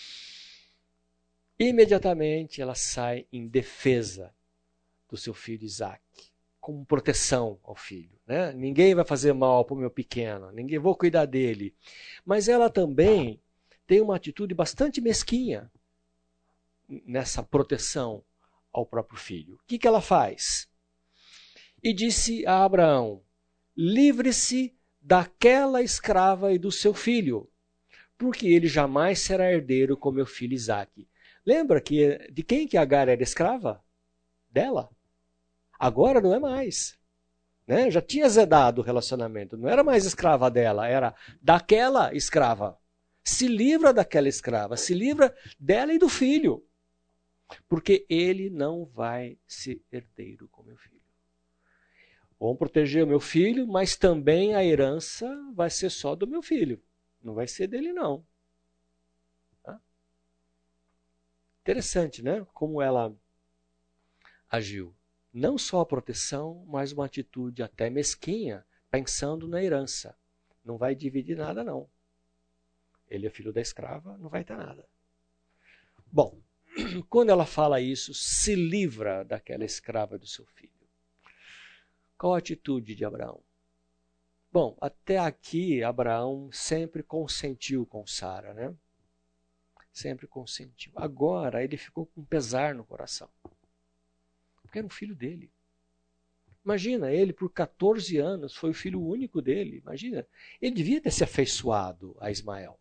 Imediatamente ela sai em defesa do seu filho Isaac, como proteção ao filho. Né? Ninguém vai fazer mal para o meu pequeno, ninguém vou cuidar dele. Mas ela também tem uma atitude bastante mesquinha nessa proteção ao próprio filho. O que, que ela faz? E disse a Abraão: livre-se daquela escrava e do seu filho, porque ele jamais será herdeiro com meu filho Isaque. Lembra que de quem que Agar era escrava? Dela. Agora não é mais. Né? Já tinha zedado o relacionamento. Não era mais escrava dela, era daquela escrava. Se livra daquela escrava, se livra dela e do filho. Porque ele não vai ser herdeiro com meu filho. Vão proteger o meu filho, mas também a herança vai ser só do meu filho. Não vai ser dele, não. Tá? Interessante, né? Como ela agiu. Não só a proteção, mas uma atitude até mesquinha, pensando na herança. Não vai dividir nada, não. Ele é filho da escrava, não vai ter nada. Bom, quando ela fala isso, se livra daquela escrava do seu filho. Qual a atitude de Abraão? Bom, até aqui Abraão sempre consentiu com Sara, né? Sempre consentiu. Agora ele ficou com pesar no coração. Porque era um filho dele. Imagina, ele por quatorze anos foi o filho único dele. Imagina, ele devia ter se afeiçoado a Ismael.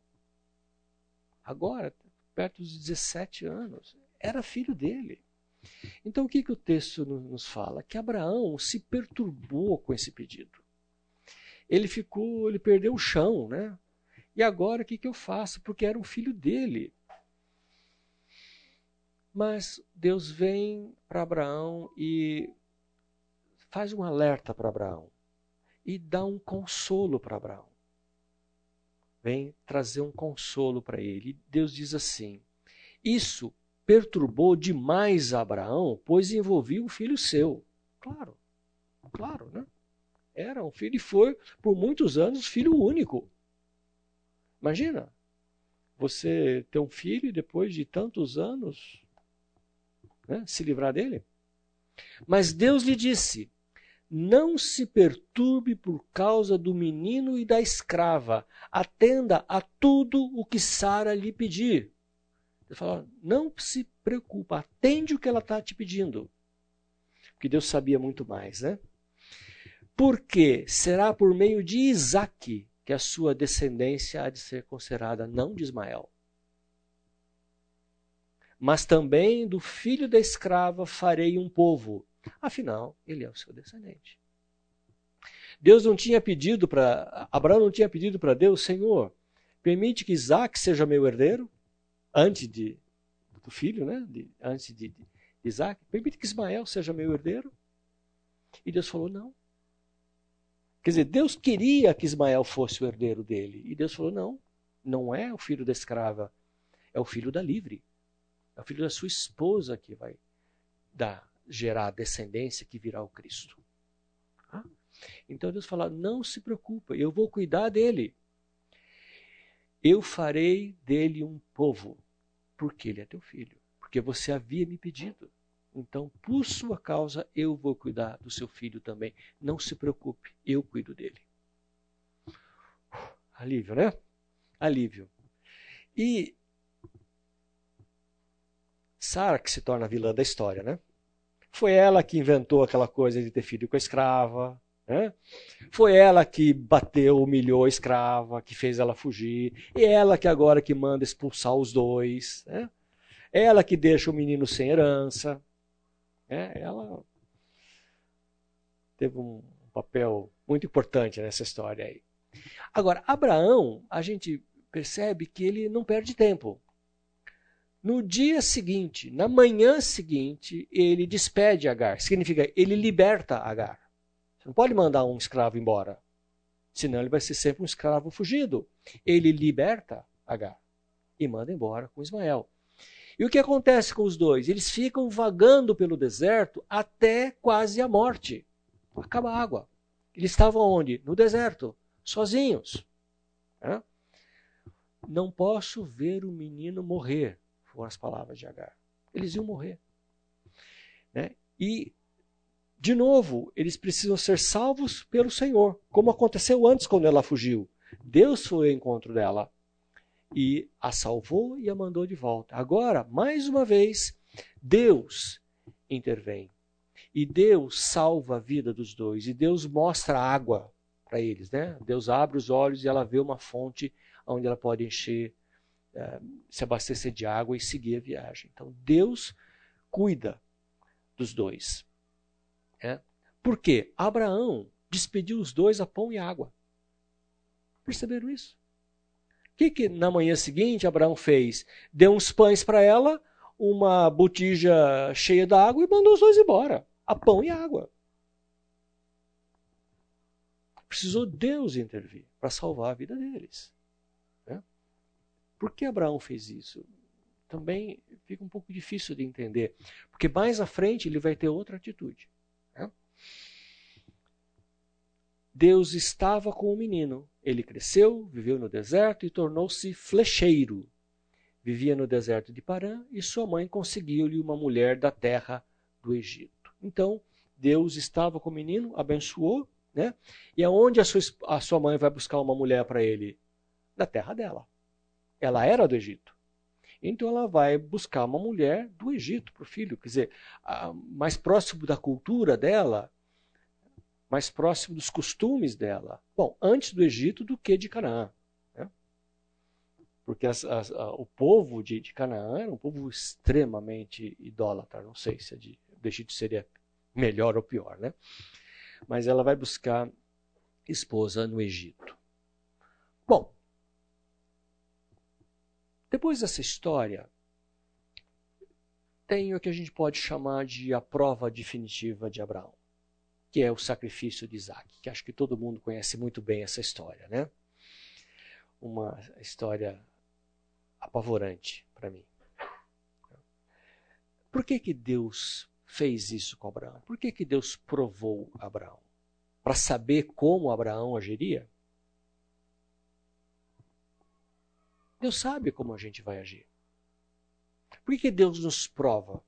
Agora, perto dos dezessete anos, era filho dele. Então o que, que o texto nos fala? Que Abraão se perturbou com esse pedido. Ele ficou, ele perdeu o chão, né? E agora o que, que eu faço? Porque era um filho dele. Mas Deus vem para Abraão e faz um alerta para Abraão. E dá um consolo para Abraão. Vem trazer um consolo para ele. E Deus diz assim: isso perturbou demais Abraão, pois envolvia um filho seu. Claro, claro, né? Era um filho e foi, por muitos anos, filho único. Imagina, você ter um filho e depois de tantos anos, né, se livrar dele. Mas Deus lhe disse: não se perturbe por causa do menino e da escrava. Atenda a tudo o que Sara lhe pedir. Ele fala: não se preocupa, atende o que ela está te pedindo. Porque Deus sabia muito mais, né? Porque será por meio de Isaque que a sua descendência há de ser considerada, não de Ismael. Mas também do filho da escrava farei um povo. Afinal, ele é o seu descendente. Deus não tinha pedido para, Abraão não tinha pedido para Deus: Senhor, permite que Isaac seja meu herdeiro, antes de, do filho, né? De, antes de, de Isaac. Permite que Ismael seja meu herdeiro. E Deus falou, não. Quer dizer, Deus queria que Ismael fosse o herdeiro dele. E Deus falou, não, não é o filho da escrava, é o filho da livre. É o filho da sua esposa que vai dar, gerar a descendência que virá o Cristo. Então Deus fala, não se preocupa, eu vou cuidar dele. Eu farei dele um povo, porque ele é teu filho. Porque você havia me pedido. Então, por sua causa, eu vou cuidar do seu filho também. Não se preocupe, eu cuido dele. Alívio, né? Alívio. E Sara, que se torna a vilã da história, né? Foi ela que inventou aquela coisa de ter filho com a escrava, né? Foi ela que bateu, humilhou a escrava, que fez ela fugir. E ela que agora que manda expulsar os dois, né? Ela que deixa o menino sem herança. É, ela teve um papel muito importante nessa história aí. Agora, Abraão, a gente percebe que ele não perde tempo. No dia seguinte, na manhã seguinte, ele despede Agar. Significa, ele liberta Agar. Você não pode mandar um escravo embora, senão ele vai ser sempre um escravo fugido. Ele liberta Agar e manda embora com Ismael. E o que acontece com os dois? Eles ficam vagando pelo deserto até quase a morte. Acaba a água. Eles estavam onde? No deserto, sozinhos. É? Não posso ver o menino morrer, foram as palavras de Agar. Eles iam morrer. Né? E, de novo, eles precisam ser salvos pelo Senhor, como aconteceu antes quando ela fugiu. Deus foi ao encontro dela e a salvou e a mandou de volta. Agora, mais uma vez, Deus intervém. E Deus salva a vida dos dois. E Deus mostra água para eles. Né? Deus abre os olhos e ela vê uma fonte onde ela pode encher, eh, se abastecer de água e seguir a viagem. Então, Deus cuida dos dois. É? Por quê? Abraão despediu os dois a pão e água. Perceberam isso? O que, que na manhã seguinte Abraão fez? Deu uns pães para ela, uma botija cheia de água e mandou os dois embora. A pão e água. Precisou Deus intervir para salvar a vida deles. Né? Por que Abraão fez isso? Também fica um pouco difícil de entender. Porque mais à frente ele vai ter outra atitude. Né? Deus estava com o menino. Ele cresceu, viveu no deserto e tornou-se flecheiro. Vivia no deserto de Parã e sua mãe conseguiu-lhe uma mulher da terra do Egito. Então, Deus estava com o menino, abençoou, né? E aonde a sua, a sua mãe vai buscar uma mulher para ele? Da terra dela. Ela era do Egito. Então ela vai buscar uma mulher do Egito para o filho. Quer dizer, mais próximo da cultura dela, mais próximo dos costumes dela. Bom, antes do Egito do que de Canaã. Né? Porque as, as, a, o povo de, de Canaã era um povo extremamente idólatra. Não sei se a de, do Egito seria melhor ou pior, né? Mas ela vai buscar esposa no Egito. Bom, depois dessa história, tem o que a gente pode chamar de a prova definitiva de Abraão, que é o sacrifício de Isaac, que acho que todo mundo conhece muito bem essa história, né? Uma história apavorante para mim. Por que que Deus fez isso com Abraão? Por que que Deus provou Abraão? Para saber como Abraão agiria? Deus sabe como a gente vai agir. Por que que Deus nos prova?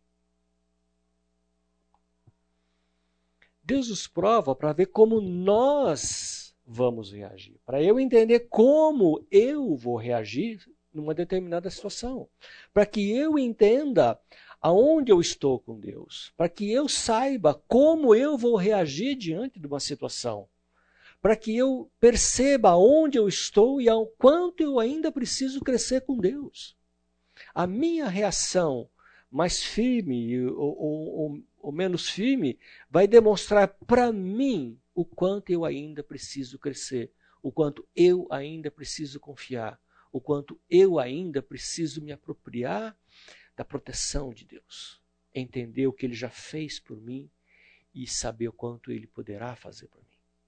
Deus nos prova para ver como nós vamos reagir. Para eu entender como eu vou reagir numa determinada situação. Para que eu entenda aonde eu estou com Deus. Para que eu saiba como eu vou reagir diante de uma situação. Para que eu perceba onde eu estou e ao quanto eu ainda preciso crescer com Deus. A minha reação mais firme ou, ou, ou, ou menos firme vai demonstrar para mim o quanto eu ainda preciso crescer, o quanto eu ainda preciso confiar, o quanto eu ainda preciso me apropriar da proteção de Deus, entender o que Ele já fez por mim e saber o quanto Ele poderá fazer por mim.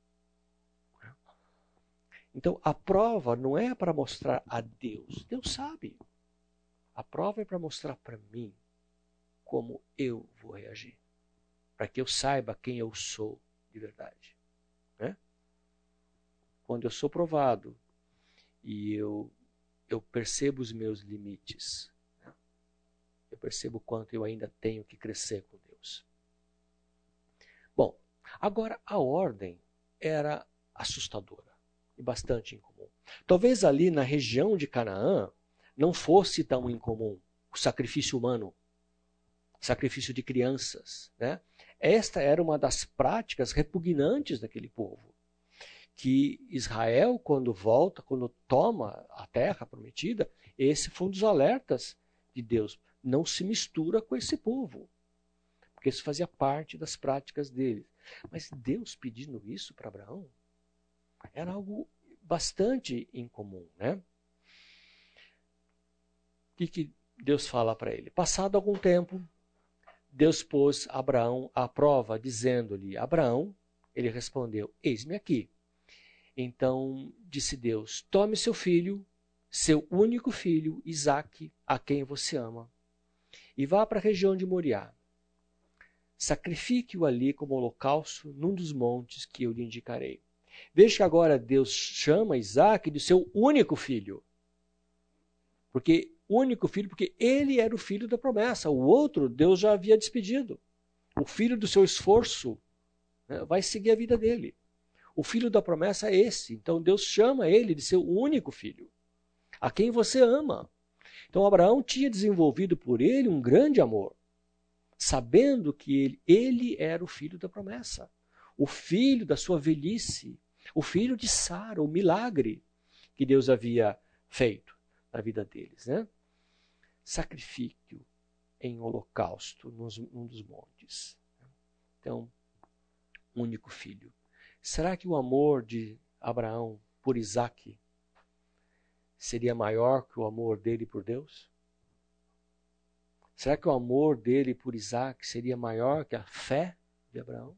Então, a prova não é para mostrar a Deus. Deus sabe. A prova é para mostrar para mim como eu vou reagir. Para que eu saiba quem eu sou de verdade. Né? Quando eu sou provado e eu, eu percebo os meus limites, né? Eu percebo o quanto eu ainda tenho que crescer com Deus. Bom, agora a ordem era assustadora e bastante incomum. Talvez ali na região de Canaã não fosse tão incomum o sacrifício humano, sacrifício de crianças, né? Esta era uma das práticas repugnantes daquele povo, que Israel, quando volta, quando toma a terra prometida, esse foi um dos alertas de Deus. Não se mistura com esse povo, porque isso fazia parte das práticas deles. Mas Deus pedindo isso para Abraão era algo bastante incomum, né? O que, que Deus fala para ele? Passado algum tempo, Deus pôs Abraão à prova, dizendo-lhe: Abraão, ele respondeu: eis-me aqui. Então disse Deus: tome seu filho, seu único filho, Isaque, a quem você ama, e vá para a região de Moriá. Sacrifique-o ali como holocausto num dos montes que eu lhe indicarei. Veja que agora Deus chama Isaque de seu único filho. Porque único filho, porque ele era o filho da promessa. O outro Deus já havia despedido. O filho do seu esforço, né, vai seguir a vida dele. O filho da promessa é esse. Então Deus chama ele de seu único filho, a quem você ama. Então Abraão tinha desenvolvido por ele um grande amor, sabendo que ele, ele era o filho da promessa, o filho da sua velhice, o filho de Sara, o milagre que Deus havia feito na vida deles, né? Sacrifício em holocausto nos, num dos montes. Então, único filho. Será que o amor de Abraão por Isaque seria maior que o amor dele por Deus? Será que o amor dele por Isaque seria maior que a fé de Abraão?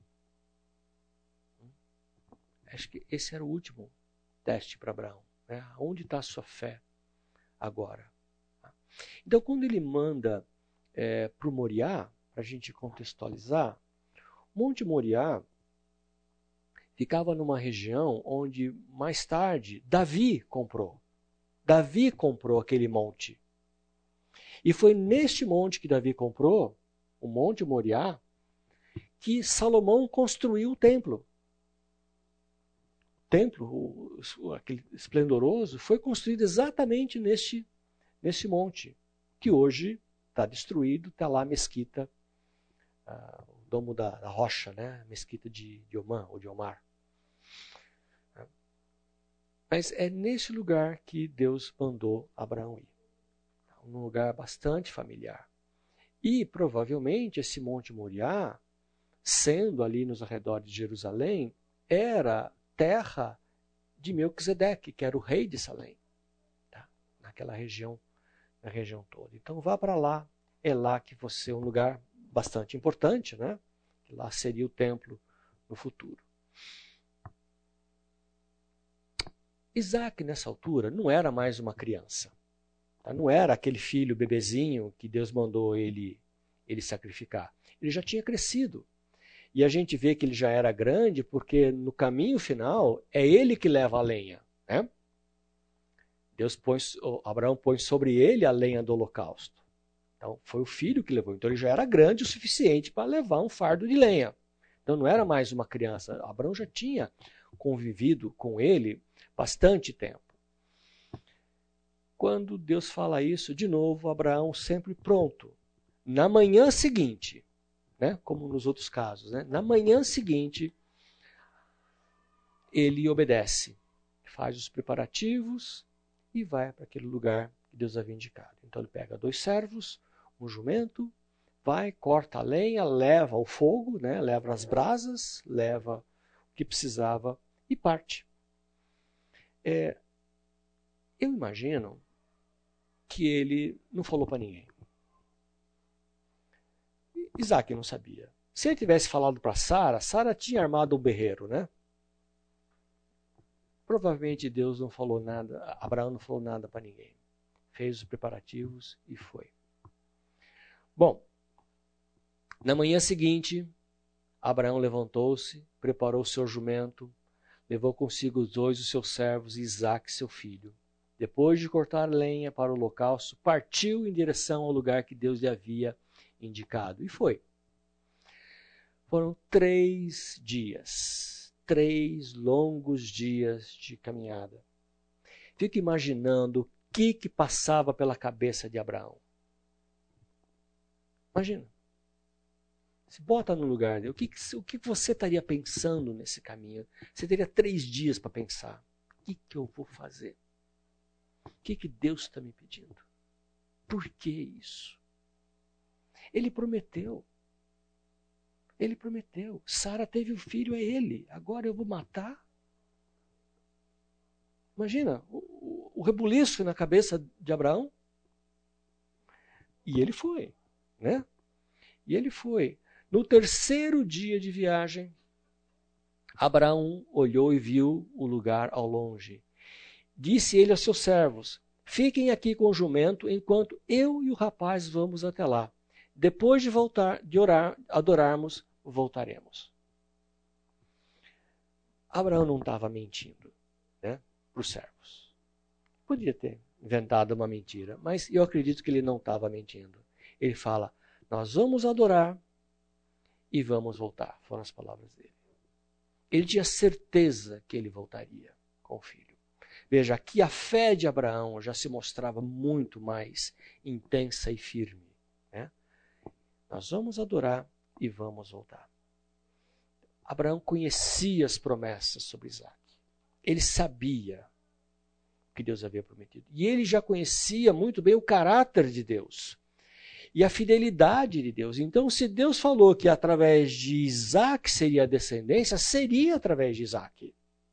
Acho que esse era o último teste para Abraão, né? Onde está a sua fé agora? Então, quando ele manda é, para o Moriá, para a gente contextualizar, Monte Moriá ficava numa região onde, mais tarde, Davi comprou. Davi comprou aquele monte. E foi neste monte que Davi comprou, o Monte Moriá, que Salomão construiu o templo. O templo, o, o, aquele esplendoroso, foi construído exatamente neste, neste monte, que hoje está destruído, está lá a mesquita, ah, o domo da, da rocha, né? A mesquita de, de Omar, ou de Omar. Mas é nesse lugar que Deus mandou Abraão ir. Um lugar bastante familiar. E provavelmente esse Monte Moriá, sendo ali nos arredores de Jerusalém, era terra de Melquisedeque, que era o rei de Salém, tá? Naquela região, na região toda. Então vá para lá, é lá que você é um lugar bastante importante, né? Lá seria o templo no futuro. Isaac, nessa altura, não era mais uma criança. Tá? Não era aquele filho bebezinho que Deus mandou ele, ele sacrificar. Ele já tinha crescido. E a gente vê que ele já era grande porque no caminho final é ele que leva a lenha. Né? Deus põe, Abraão põe sobre ele a lenha do holocausto. Então foi o filho que levou. Então ele já era grande o suficiente para levar um fardo de lenha. Então não era mais uma criança. Abraão já tinha convivido com ele bastante tempo. Quando Deus fala isso, de novo, Abraão sempre pronto. Na manhã seguinte, né, como nos outros casos, né, na manhã seguinte, ele obedece, faz os preparativos e vai para aquele lugar que Deus havia indicado. Então ele pega dois servos, um jumento, vai, corta a lenha, leva o fogo, né, leva as brasas, leva o que precisava e parte. É, Eu imagino que ele não falou para ninguém. Isaac não sabia. Se ele tivesse falado para Sara, Sara tinha armado um berreiro, né? Provavelmente Deus não falou nada, Abraão não falou nada para ninguém. Fez os preparativos e foi. Bom, na manhã seguinte, Abraão levantou-se, preparou o seu jumento, levou consigo os dois os seus servos e Isaque, seu filho. Depois de cortar lenha para o holocausto, partiu em direção ao lugar que Deus lhe havia indicado. E foi. Foram três dias, três longos dias de caminhada. Fico imaginando o que, que passava pela cabeça de Abraão. Imagina. Se bota no lugar dele. O que, o que você estaria pensando nesse caminho? Você teria três dias para pensar. O que, que eu vou fazer? O que, que Deus está me pedindo? Por que isso? Ele prometeu. Ele prometeu. Sara teve um filho, é ele. Agora eu vou matar? Imagina o, o, o rebuliço na cabeça de Abraão. E ele foi, né? E ele foi. No terceiro dia de viagem, Abraão olhou e viu o lugar ao longe. Disse ele a seus servos: fiquem aqui com o jumento, enquanto eu e o rapaz vamos até lá. Depois de voltar, de orar, adorarmos, voltaremos. Abraão não estava mentindo, né, para os servos. Podia ter inventado uma mentira, mas eu acredito que ele não estava mentindo. Ele fala: nós vamos adorar e vamos voltar. Foram as palavras dele. Ele tinha certeza que ele voltaria com o filho. Veja, aqui a fé de Abraão já se mostrava muito mais intensa e firme. Né? Nós vamos adorar e vamos voltar. Abraão conhecia as promessas sobre Isaac. Ele sabia o que Deus havia prometido. E ele já conhecia muito bem o caráter de Deus e a fidelidade de Deus. Então, se Deus falou que através de Isaac seria a descendência, seria através de Isaac.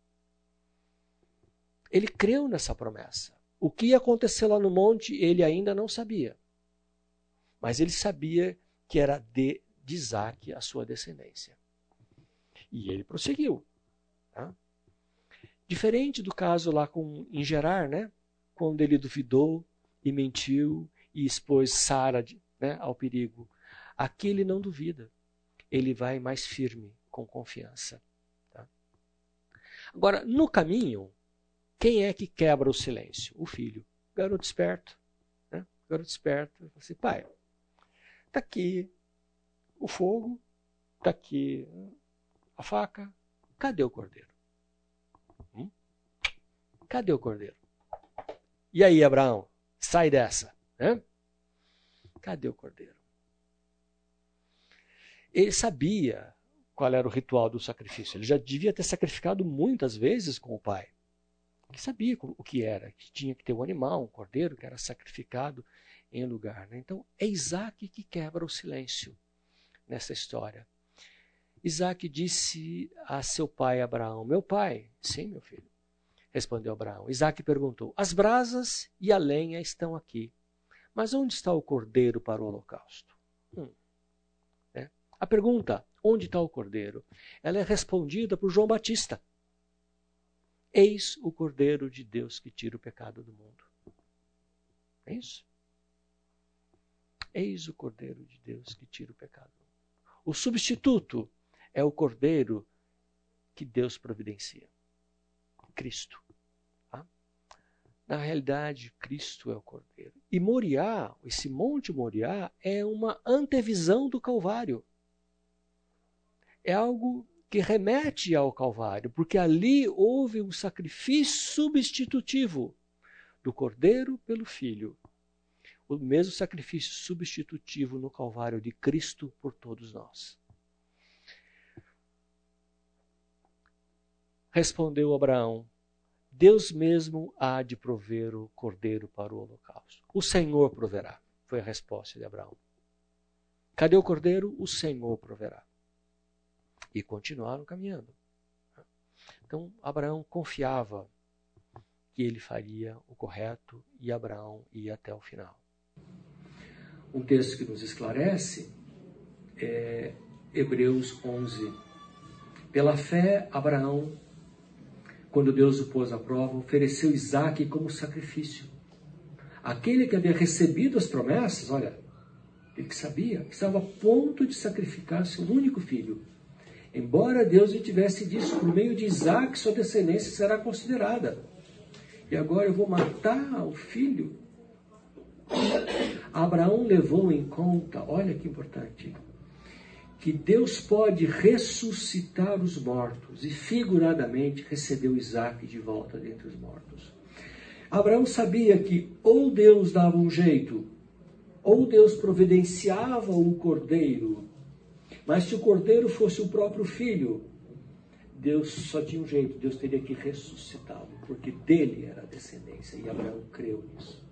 Ele creu nessa promessa. O que ia acontecer lá no monte, ele ainda não sabia. Mas ele sabia que era de, de Isaac a sua descendência. E ele prosseguiu. Tá? Diferente do caso lá com, em Gerar, né? Quando ele duvidou e mentiu e expôs Sara, né, ao perigo. Aqui ele não duvida. Ele vai mais firme, com confiança. Tá? Agora, no caminho, quem é que quebra o silêncio? O filho. Garoto esperto. Né? Garoto esperto. Fala assim: pai, está aqui o fogo, está aqui a faca. Cadê o cordeiro? Hum? Cadê o cordeiro? E aí, Abraão? Sai dessa. Né? Cadê o cordeiro? Ele sabia qual era o ritual do sacrifício. Ele já devia ter sacrificado muitas vezes com o pai. Ele sabia o que era, que tinha que ter um animal, um cordeiro, que era sacrificado em lugar. Né? Então, é Isaac que quebra o silêncio nessa história. Isaac disse a seu pai Abraão: meu pai? Sim, meu filho, respondeu Abraão. Isaac perguntou: as brasas e a lenha estão aqui, mas onde está o cordeiro para o holocausto? Hum. É. A pergunta, onde está o cordeiro, ela é respondida por João Batista. Eis o cordeiro de Deus que tira o pecado do mundo. É isso? Eis o cordeiro de Deus que tira o pecado do mundo. O substituto é o cordeiro que Deus providencia. Cristo. Tá? Na realidade, Cristo é o cordeiro. E Moriá, esse Monte Moriá, é uma antevisão do Calvário. É algo que remete ao Calvário, porque ali houve um sacrifício substitutivo do cordeiro pelo filho. O mesmo sacrifício substitutivo no Calvário de Cristo por todos nós. Respondeu Abraão: Deus mesmo há de prover o cordeiro para o holocausto. O Senhor proverá, foi a resposta de Abraão. Cadê o cordeiro? O Senhor proverá. E continuaram caminhando. Então, Abraão confiava que ele faria o correto e Abraão ia até o final. Um texto que nos esclarece é Hebreus onze. Pela fé, Abraão, quando Deus o pôs à prova, ofereceu Isaque como sacrifício. Aquele que havia recebido as promessas, olha, ele que sabia, estava a ponto de sacrificar seu único filho. Embora Deus lhe tivesse dito, por meio de Isaque, sua descendência será considerada. E agora eu vou matar o filho? Abraão levou em conta, olha que importante, que Deus pode ressuscitar os mortos, e figuradamente recebeu Isaque de volta dentre os mortos. Abraão sabia que ou Deus dava um jeito, ou Deus providenciava o cordeiro, mas se o cordeiro fosse o próprio filho, Deus só tinha um jeito, Deus teria que ressuscitá-lo, porque dele era a descendência, e Abraão creu nisso.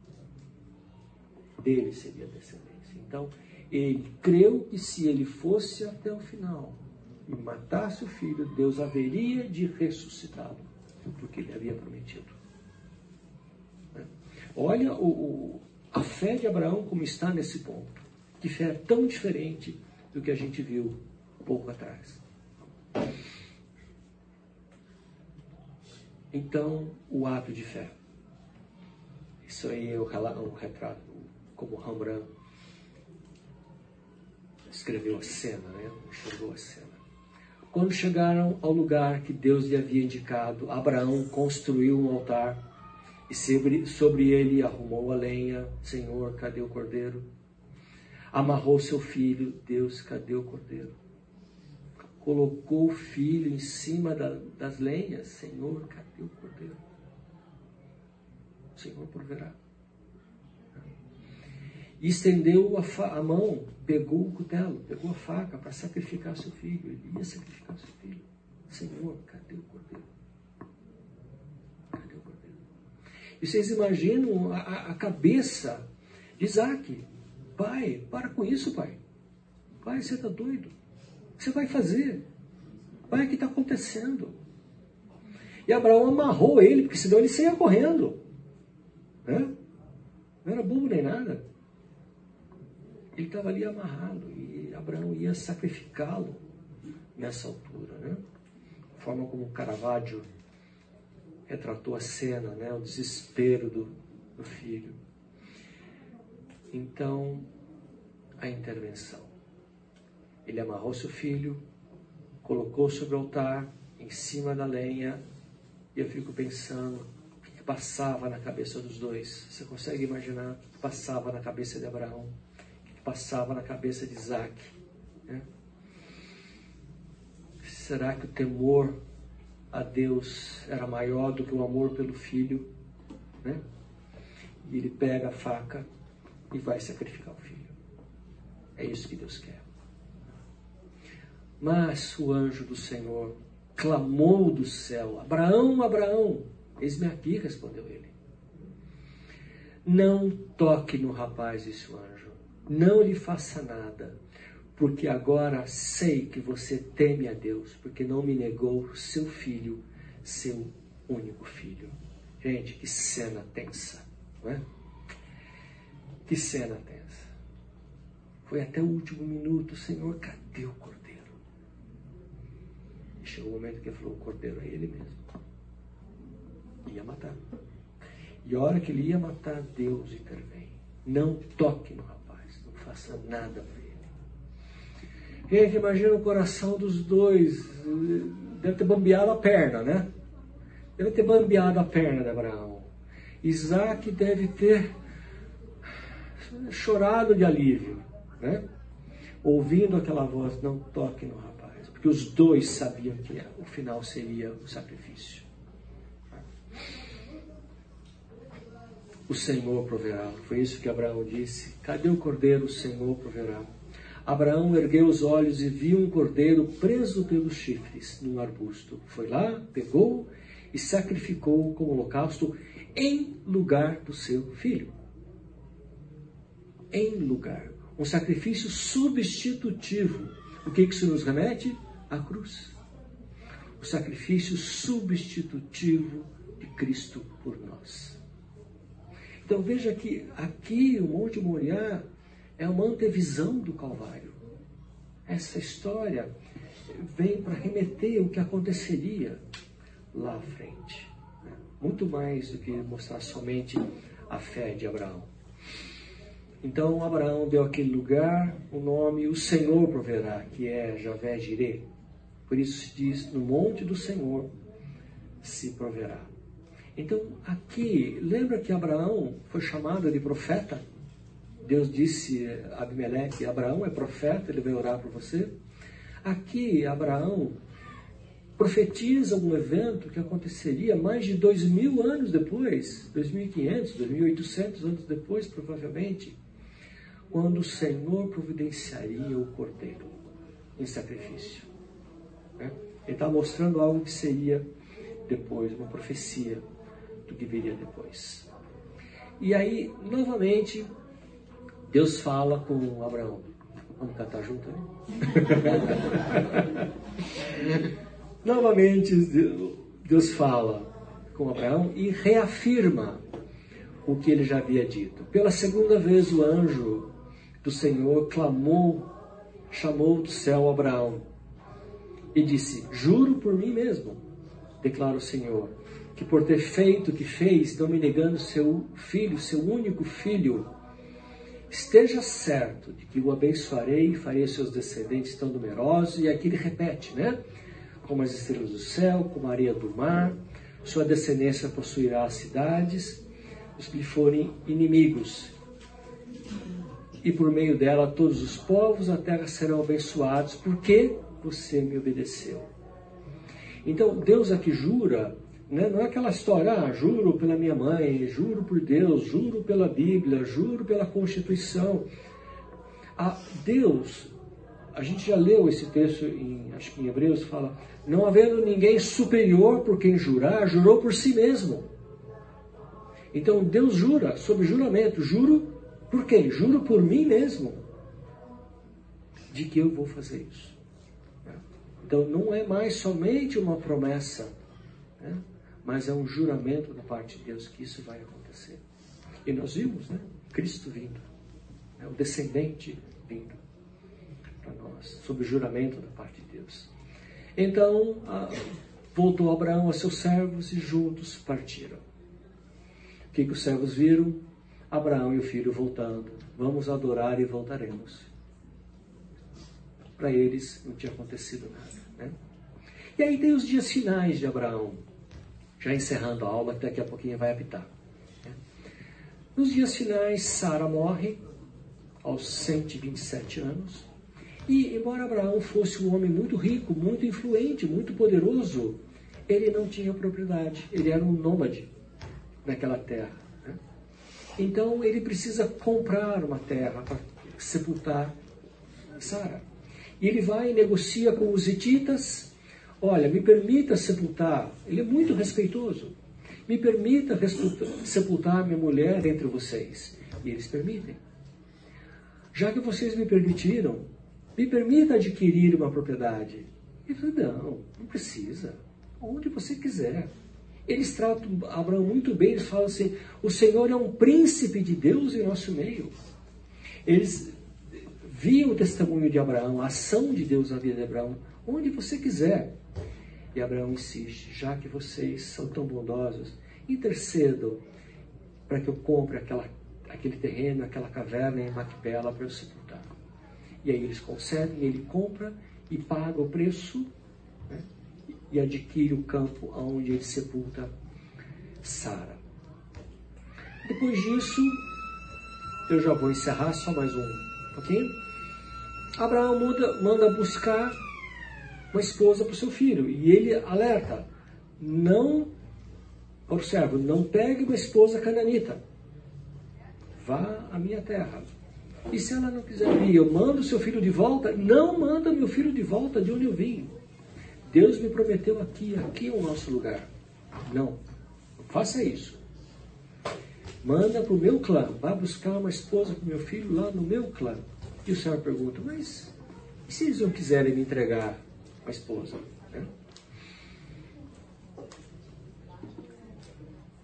Dele seria a descendência. Então, ele creu que se ele fosse até o final e matasse o filho, Deus haveria de ressuscitá-lo, porque ele havia prometido. Olha o, o, a fé de Abraão como está nesse ponto. Que fé tão diferente do que a gente viu pouco atrás. Então, o ato de fé. Isso aí é um retrato, como Rembrandt escreveu a cena, né? Enxergou a cena. Quando chegaram ao lugar que Deus lhe havia indicado, Abraão construiu um altar e sobre, sobre ele arrumou a lenha. Senhor, cadê o cordeiro? Amarrou seu filho. Deus, cadê o cordeiro? Colocou o filho em cima da, das lenhas. Senhor, cadê o cordeiro? O Senhor proverá. E estendeu a, fa- a mão, pegou o cutelo, pegou a faca para sacrificar seu filho. Ele ia sacrificar seu filho. Senhor, cadê o cordeiro? Cadê o cordeiro? E vocês imaginam a, a cabeça de Isaque. Pai, para com isso, pai. Pai, você está doido? O que você vai fazer? Pai, o que está acontecendo? E Abraão amarrou ele, porque senão ele saía correndo. Né? Não era bobo nem nada. Ele estava ali amarrado e Abraão ia sacrificá-lo nessa altura, né? A forma como o Caravaggio retratou a cena, né? O desespero do, do filho. Então, a intervenção. Ele amarrou seu filho, colocou sobre o altar, em cima da lenha, e eu fico pensando o que passava na cabeça dos dois. Você consegue imaginar o que passava na cabeça de Abraão? Passava na cabeça de Isaque, né? Será que o temor a Deus era maior do que o amor pelo filho, né? E ele pega a faca e vai sacrificar o filho. É isso que Deus quer. Mas o anjo do Senhor clamou do céu: Abraão, Abraão, eis-me aqui, respondeu ele. Não toque no rapaz, disse o anjo. Não lhe faça nada, porque agora sei que você teme a Deus, porque não me negou seu filho, seu único filho. Gente, que cena tensa, não é? Que cena tensa. Foi até o último minuto: Senhor, cadê o cordeiro? E chegou o momento que ele falou: o cordeiro é ele mesmo. Ia matar. E a hora que ele ia matar, Deus intervém. Não toque no rapaz. Não faça nada para ele. Gente, imagina o coração dos dois. Deve ter bambeado a perna, né? Deve ter bambeado a perna de Abraão. Isaque deve ter chorado de alívio, né? Ouvindo aquela voz: não toque no rapaz. Porque os dois sabiam que o final seria o sacrifício. O Senhor proverá. Foi isso que Abraão disse. Cadê o cordeiro? O Senhor proverá. Abraão ergueu os olhos e viu um cordeiro preso pelos chifres num arbusto. Foi lá, pegou e sacrificou como holocausto em lugar do seu filho. Em lugar. Um sacrifício substitutivo. O que isso nos remete? A cruz. O sacrifício substitutivo de Cristo por nós. Então veja que aqui o Monte Moriá é uma antevisão do Calvário. Essa história vem para remeter o que aconteceria lá à frente. Muito mais do que mostrar somente a fé de Abraão. Então Abraão deu àquele lugar o nome O Senhor Proverá, que é Javé Jireh. Por isso se diz, no monte do Senhor se proverá. Então aqui, lembra que Abraão foi chamado de profeta? Deus disse a Abimeleque, Abraão é profeta, ele vai orar por você. Aqui Abraão profetiza um evento que aconteceria mais de dois mil anos depois, dois mil e quinhentos, dois mil e oitocentos anos depois, provavelmente, quando o Senhor providenciaria o cordeiro em sacrifício. Né? Ele está mostrando algo que seria depois, uma profecia do que viria depois. E aí, novamente, Deus fala com Abraão. Vamos cantar junto, né? Novamente, Deus fala com Abraão e reafirma o que ele já havia dito. Pela segunda vez, o anjo do Senhor clamou, chamou do céu Abraão e disse, juro por mim mesmo, declara o Senhor, que por ter feito o que fez, não me negando seu filho, seu único filho, esteja certo de que o abençoarei e farei seus descendentes tão numerosos. E aqui ele repete, né? Como as estrelas do céu, como a areia do mar, sua descendência possuirá as cidades, os que lhe forem inimigos. E por meio dela todos os povos da terra serão abençoados, porque você me obedeceu. Então Deus aqui jura, né? Não é aquela história, ah, juro pela minha mãe, juro por Deus, juro pela Bíblia, juro pela Constituição. Ah, Deus, a gente já leu esse texto, em, acho que em Hebreus, fala, não havendo ninguém superior por quem jurar, jurou por si mesmo. Então Deus jura, sob juramento, juro por quem? Juro por mim mesmo, de que eu vou fazer isso. Então não é mais somente uma promessa, né? Mas é um juramento da parte de Deus que isso vai acontecer. E nós vimos, né? Cristo vindo, né? O descendente vindo para nós, sob juramento da parte de Deus. Então voltou Abraão a seus servos e juntos partiram. O que, que os servos viram? Abraão e o filho voltando. Vamos adorar e voltaremos. Para eles não tinha acontecido nada, né? E aí tem os dias finais de Abraão. Já encerrando a aula, daqui a pouquinho vai apitar. Né? Nos dias finais, Sara morre aos cento e vinte e sete anos. E embora Abraão fosse um homem muito rico, muito influente, muito poderoso, ele não tinha propriedade. Ele era um nômade naquela terra. Né? Então ele precisa comprar uma terra para sepultar Sara. E ele vai e negocia com os hititas. Olha, me permita sepultar. Ele é muito respeitoso. Me permita sepultar minha mulher entre vocês. E eles permitem. Já que vocês me permitiram, me permita adquirir uma propriedade. Ele falou, não, não precisa. Onde você quiser. Eles tratam Abraão muito bem. Eles falam assim, o Senhor é um príncipe de Deus em nosso meio. Eles viam o testemunho de Abraão, a ação de Deus na vida de Abraão. Onde você quiser. E Abraão insiste, já que vocês são tão bondosos, intercedam para que eu compre aquela, aquele terreno, aquela caverna em Macpela para eu sepultar. E aí eles concedem, ele compra e paga o preço, né, e adquire o campo onde ele sepulta Sara. Depois disso, eu já vou encerrar, só mais um pouquinho. Abraão muda, manda buscar uma esposa para o seu filho. E ele alerta, não, observa, não pegue uma esposa cananita. Vá à minha terra. E se ela não quiser vir, eu mando o seu filho de volta? Não manda meu filho de volta de onde eu vim. Deus me prometeu aqui, aqui é o nosso lugar. Não, faça isso. Manda para o meu clã, vá buscar uma esposa para o meu filho lá no meu clã. E o Senhor pergunta, mas e se eles não quiserem me entregar a esposa? Né?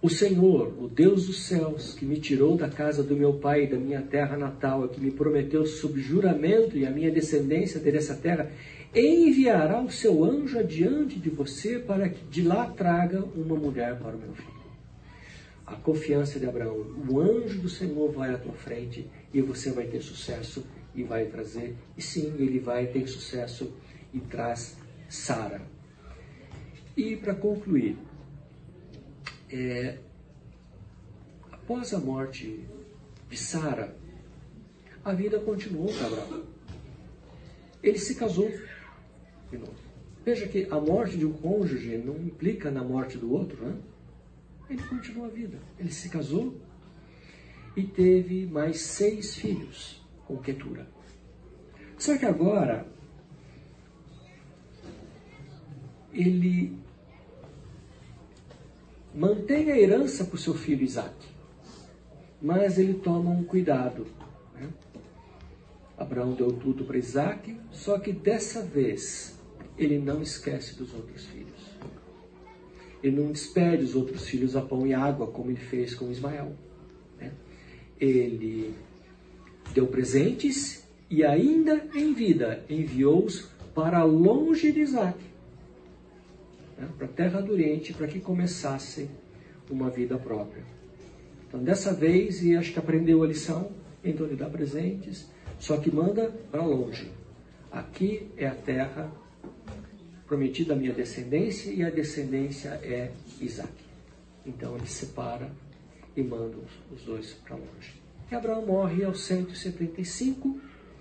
O Senhor, o Deus dos céus, que me tirou da casa do meu pai e da minha terra natal, que me prometeu sob juramento e a minha descendência dessa terra, enviará o seu anjo adiante de você para que de lá traga uma mulher para o meu filho. A confiança de Abraão, o anjo do Senhor vai à tua frente e você vai ter sucesso e vai trazer, e sim, ele vai ter sucesso e traz Sara. E para concluir, é, após a morte de Sara, a vida continuou para Abraão. Ele se casou de novo. Veja que a morte de um cônjuge não implica na morte do outro, né? Ele continuou a vida. Ele se casou e teve mais seis filhos com Quetura. Só que agora ele mantém a herança para o seu filho Isaac, mas ele toma um cuidado, né? Abraão deu tudo para Isaac, só que dessa vez ele não esquece dos outros filhos. Ele não despede os outros filhos a pão e água, como ele fez com Ismael, né? Ele deu presentes e ainda em vida enviou-os para longe de Isaac, né? Para a terra do Oriente, para que começassem uma vida própria. Então dessa vez, e acho que aprendeu a lição, então ele dá presentes, só que manda para longe. Aqui é a terra prometida à minha descendência, e a descendência é Isaac. Então ele separa e manda os dois para longe. E Abraão morre aos cento e setenta e cinco,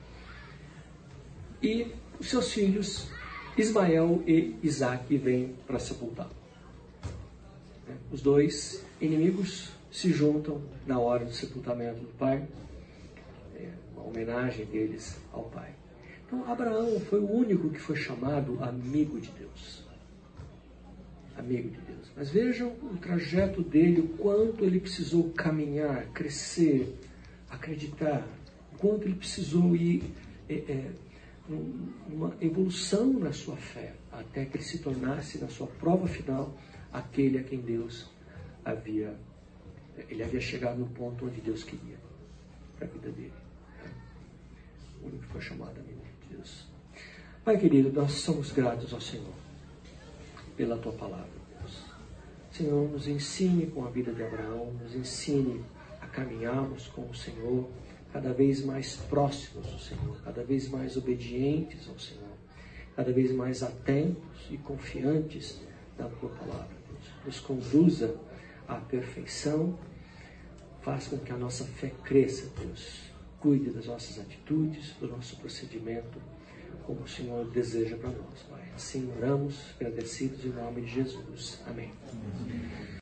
e os seus filhos Ismael e Isaac vêm para sepultá-lo. Os dois inimigos se juntam na hora do sepultamento do pai, uma homenagem deles ao pai. Então, Abraão foi o único que foi chamado amigo de Deus. Amigo de Deus. Mas vejam o trajeto dele, o quanto ele precisou caminhar, crescer, acreditar, o quanto ele precisou ir é, é, numa evolução na sua fé, até que ele se tornasse, na sua prova final, aquele a quem Deus havia, ele havia chegado no ponto onde Deus queria para a vida dele. O único que foi chamado amigo de Deus. Pai querido, nós somos gratos ao Senhor pela tua palavra, Deus. Senhor, nos ensine com a vida de Abraão, nos ensine a caminharmos com o Senhor, cada vez mais próximos do Senhor, cada vez mais obedientes ao Senhor, cada vez mais atentos e confiantes na tua palavra, Deus. Nos conduza à perfeição, faz com que a nossa fé cresça, Deus. Cuide das nossas atitudes, do nosso procedimento, como o Senhor deseja para nós, Pai. Assim oramos, agradecidos em nome de Jesus. Amém.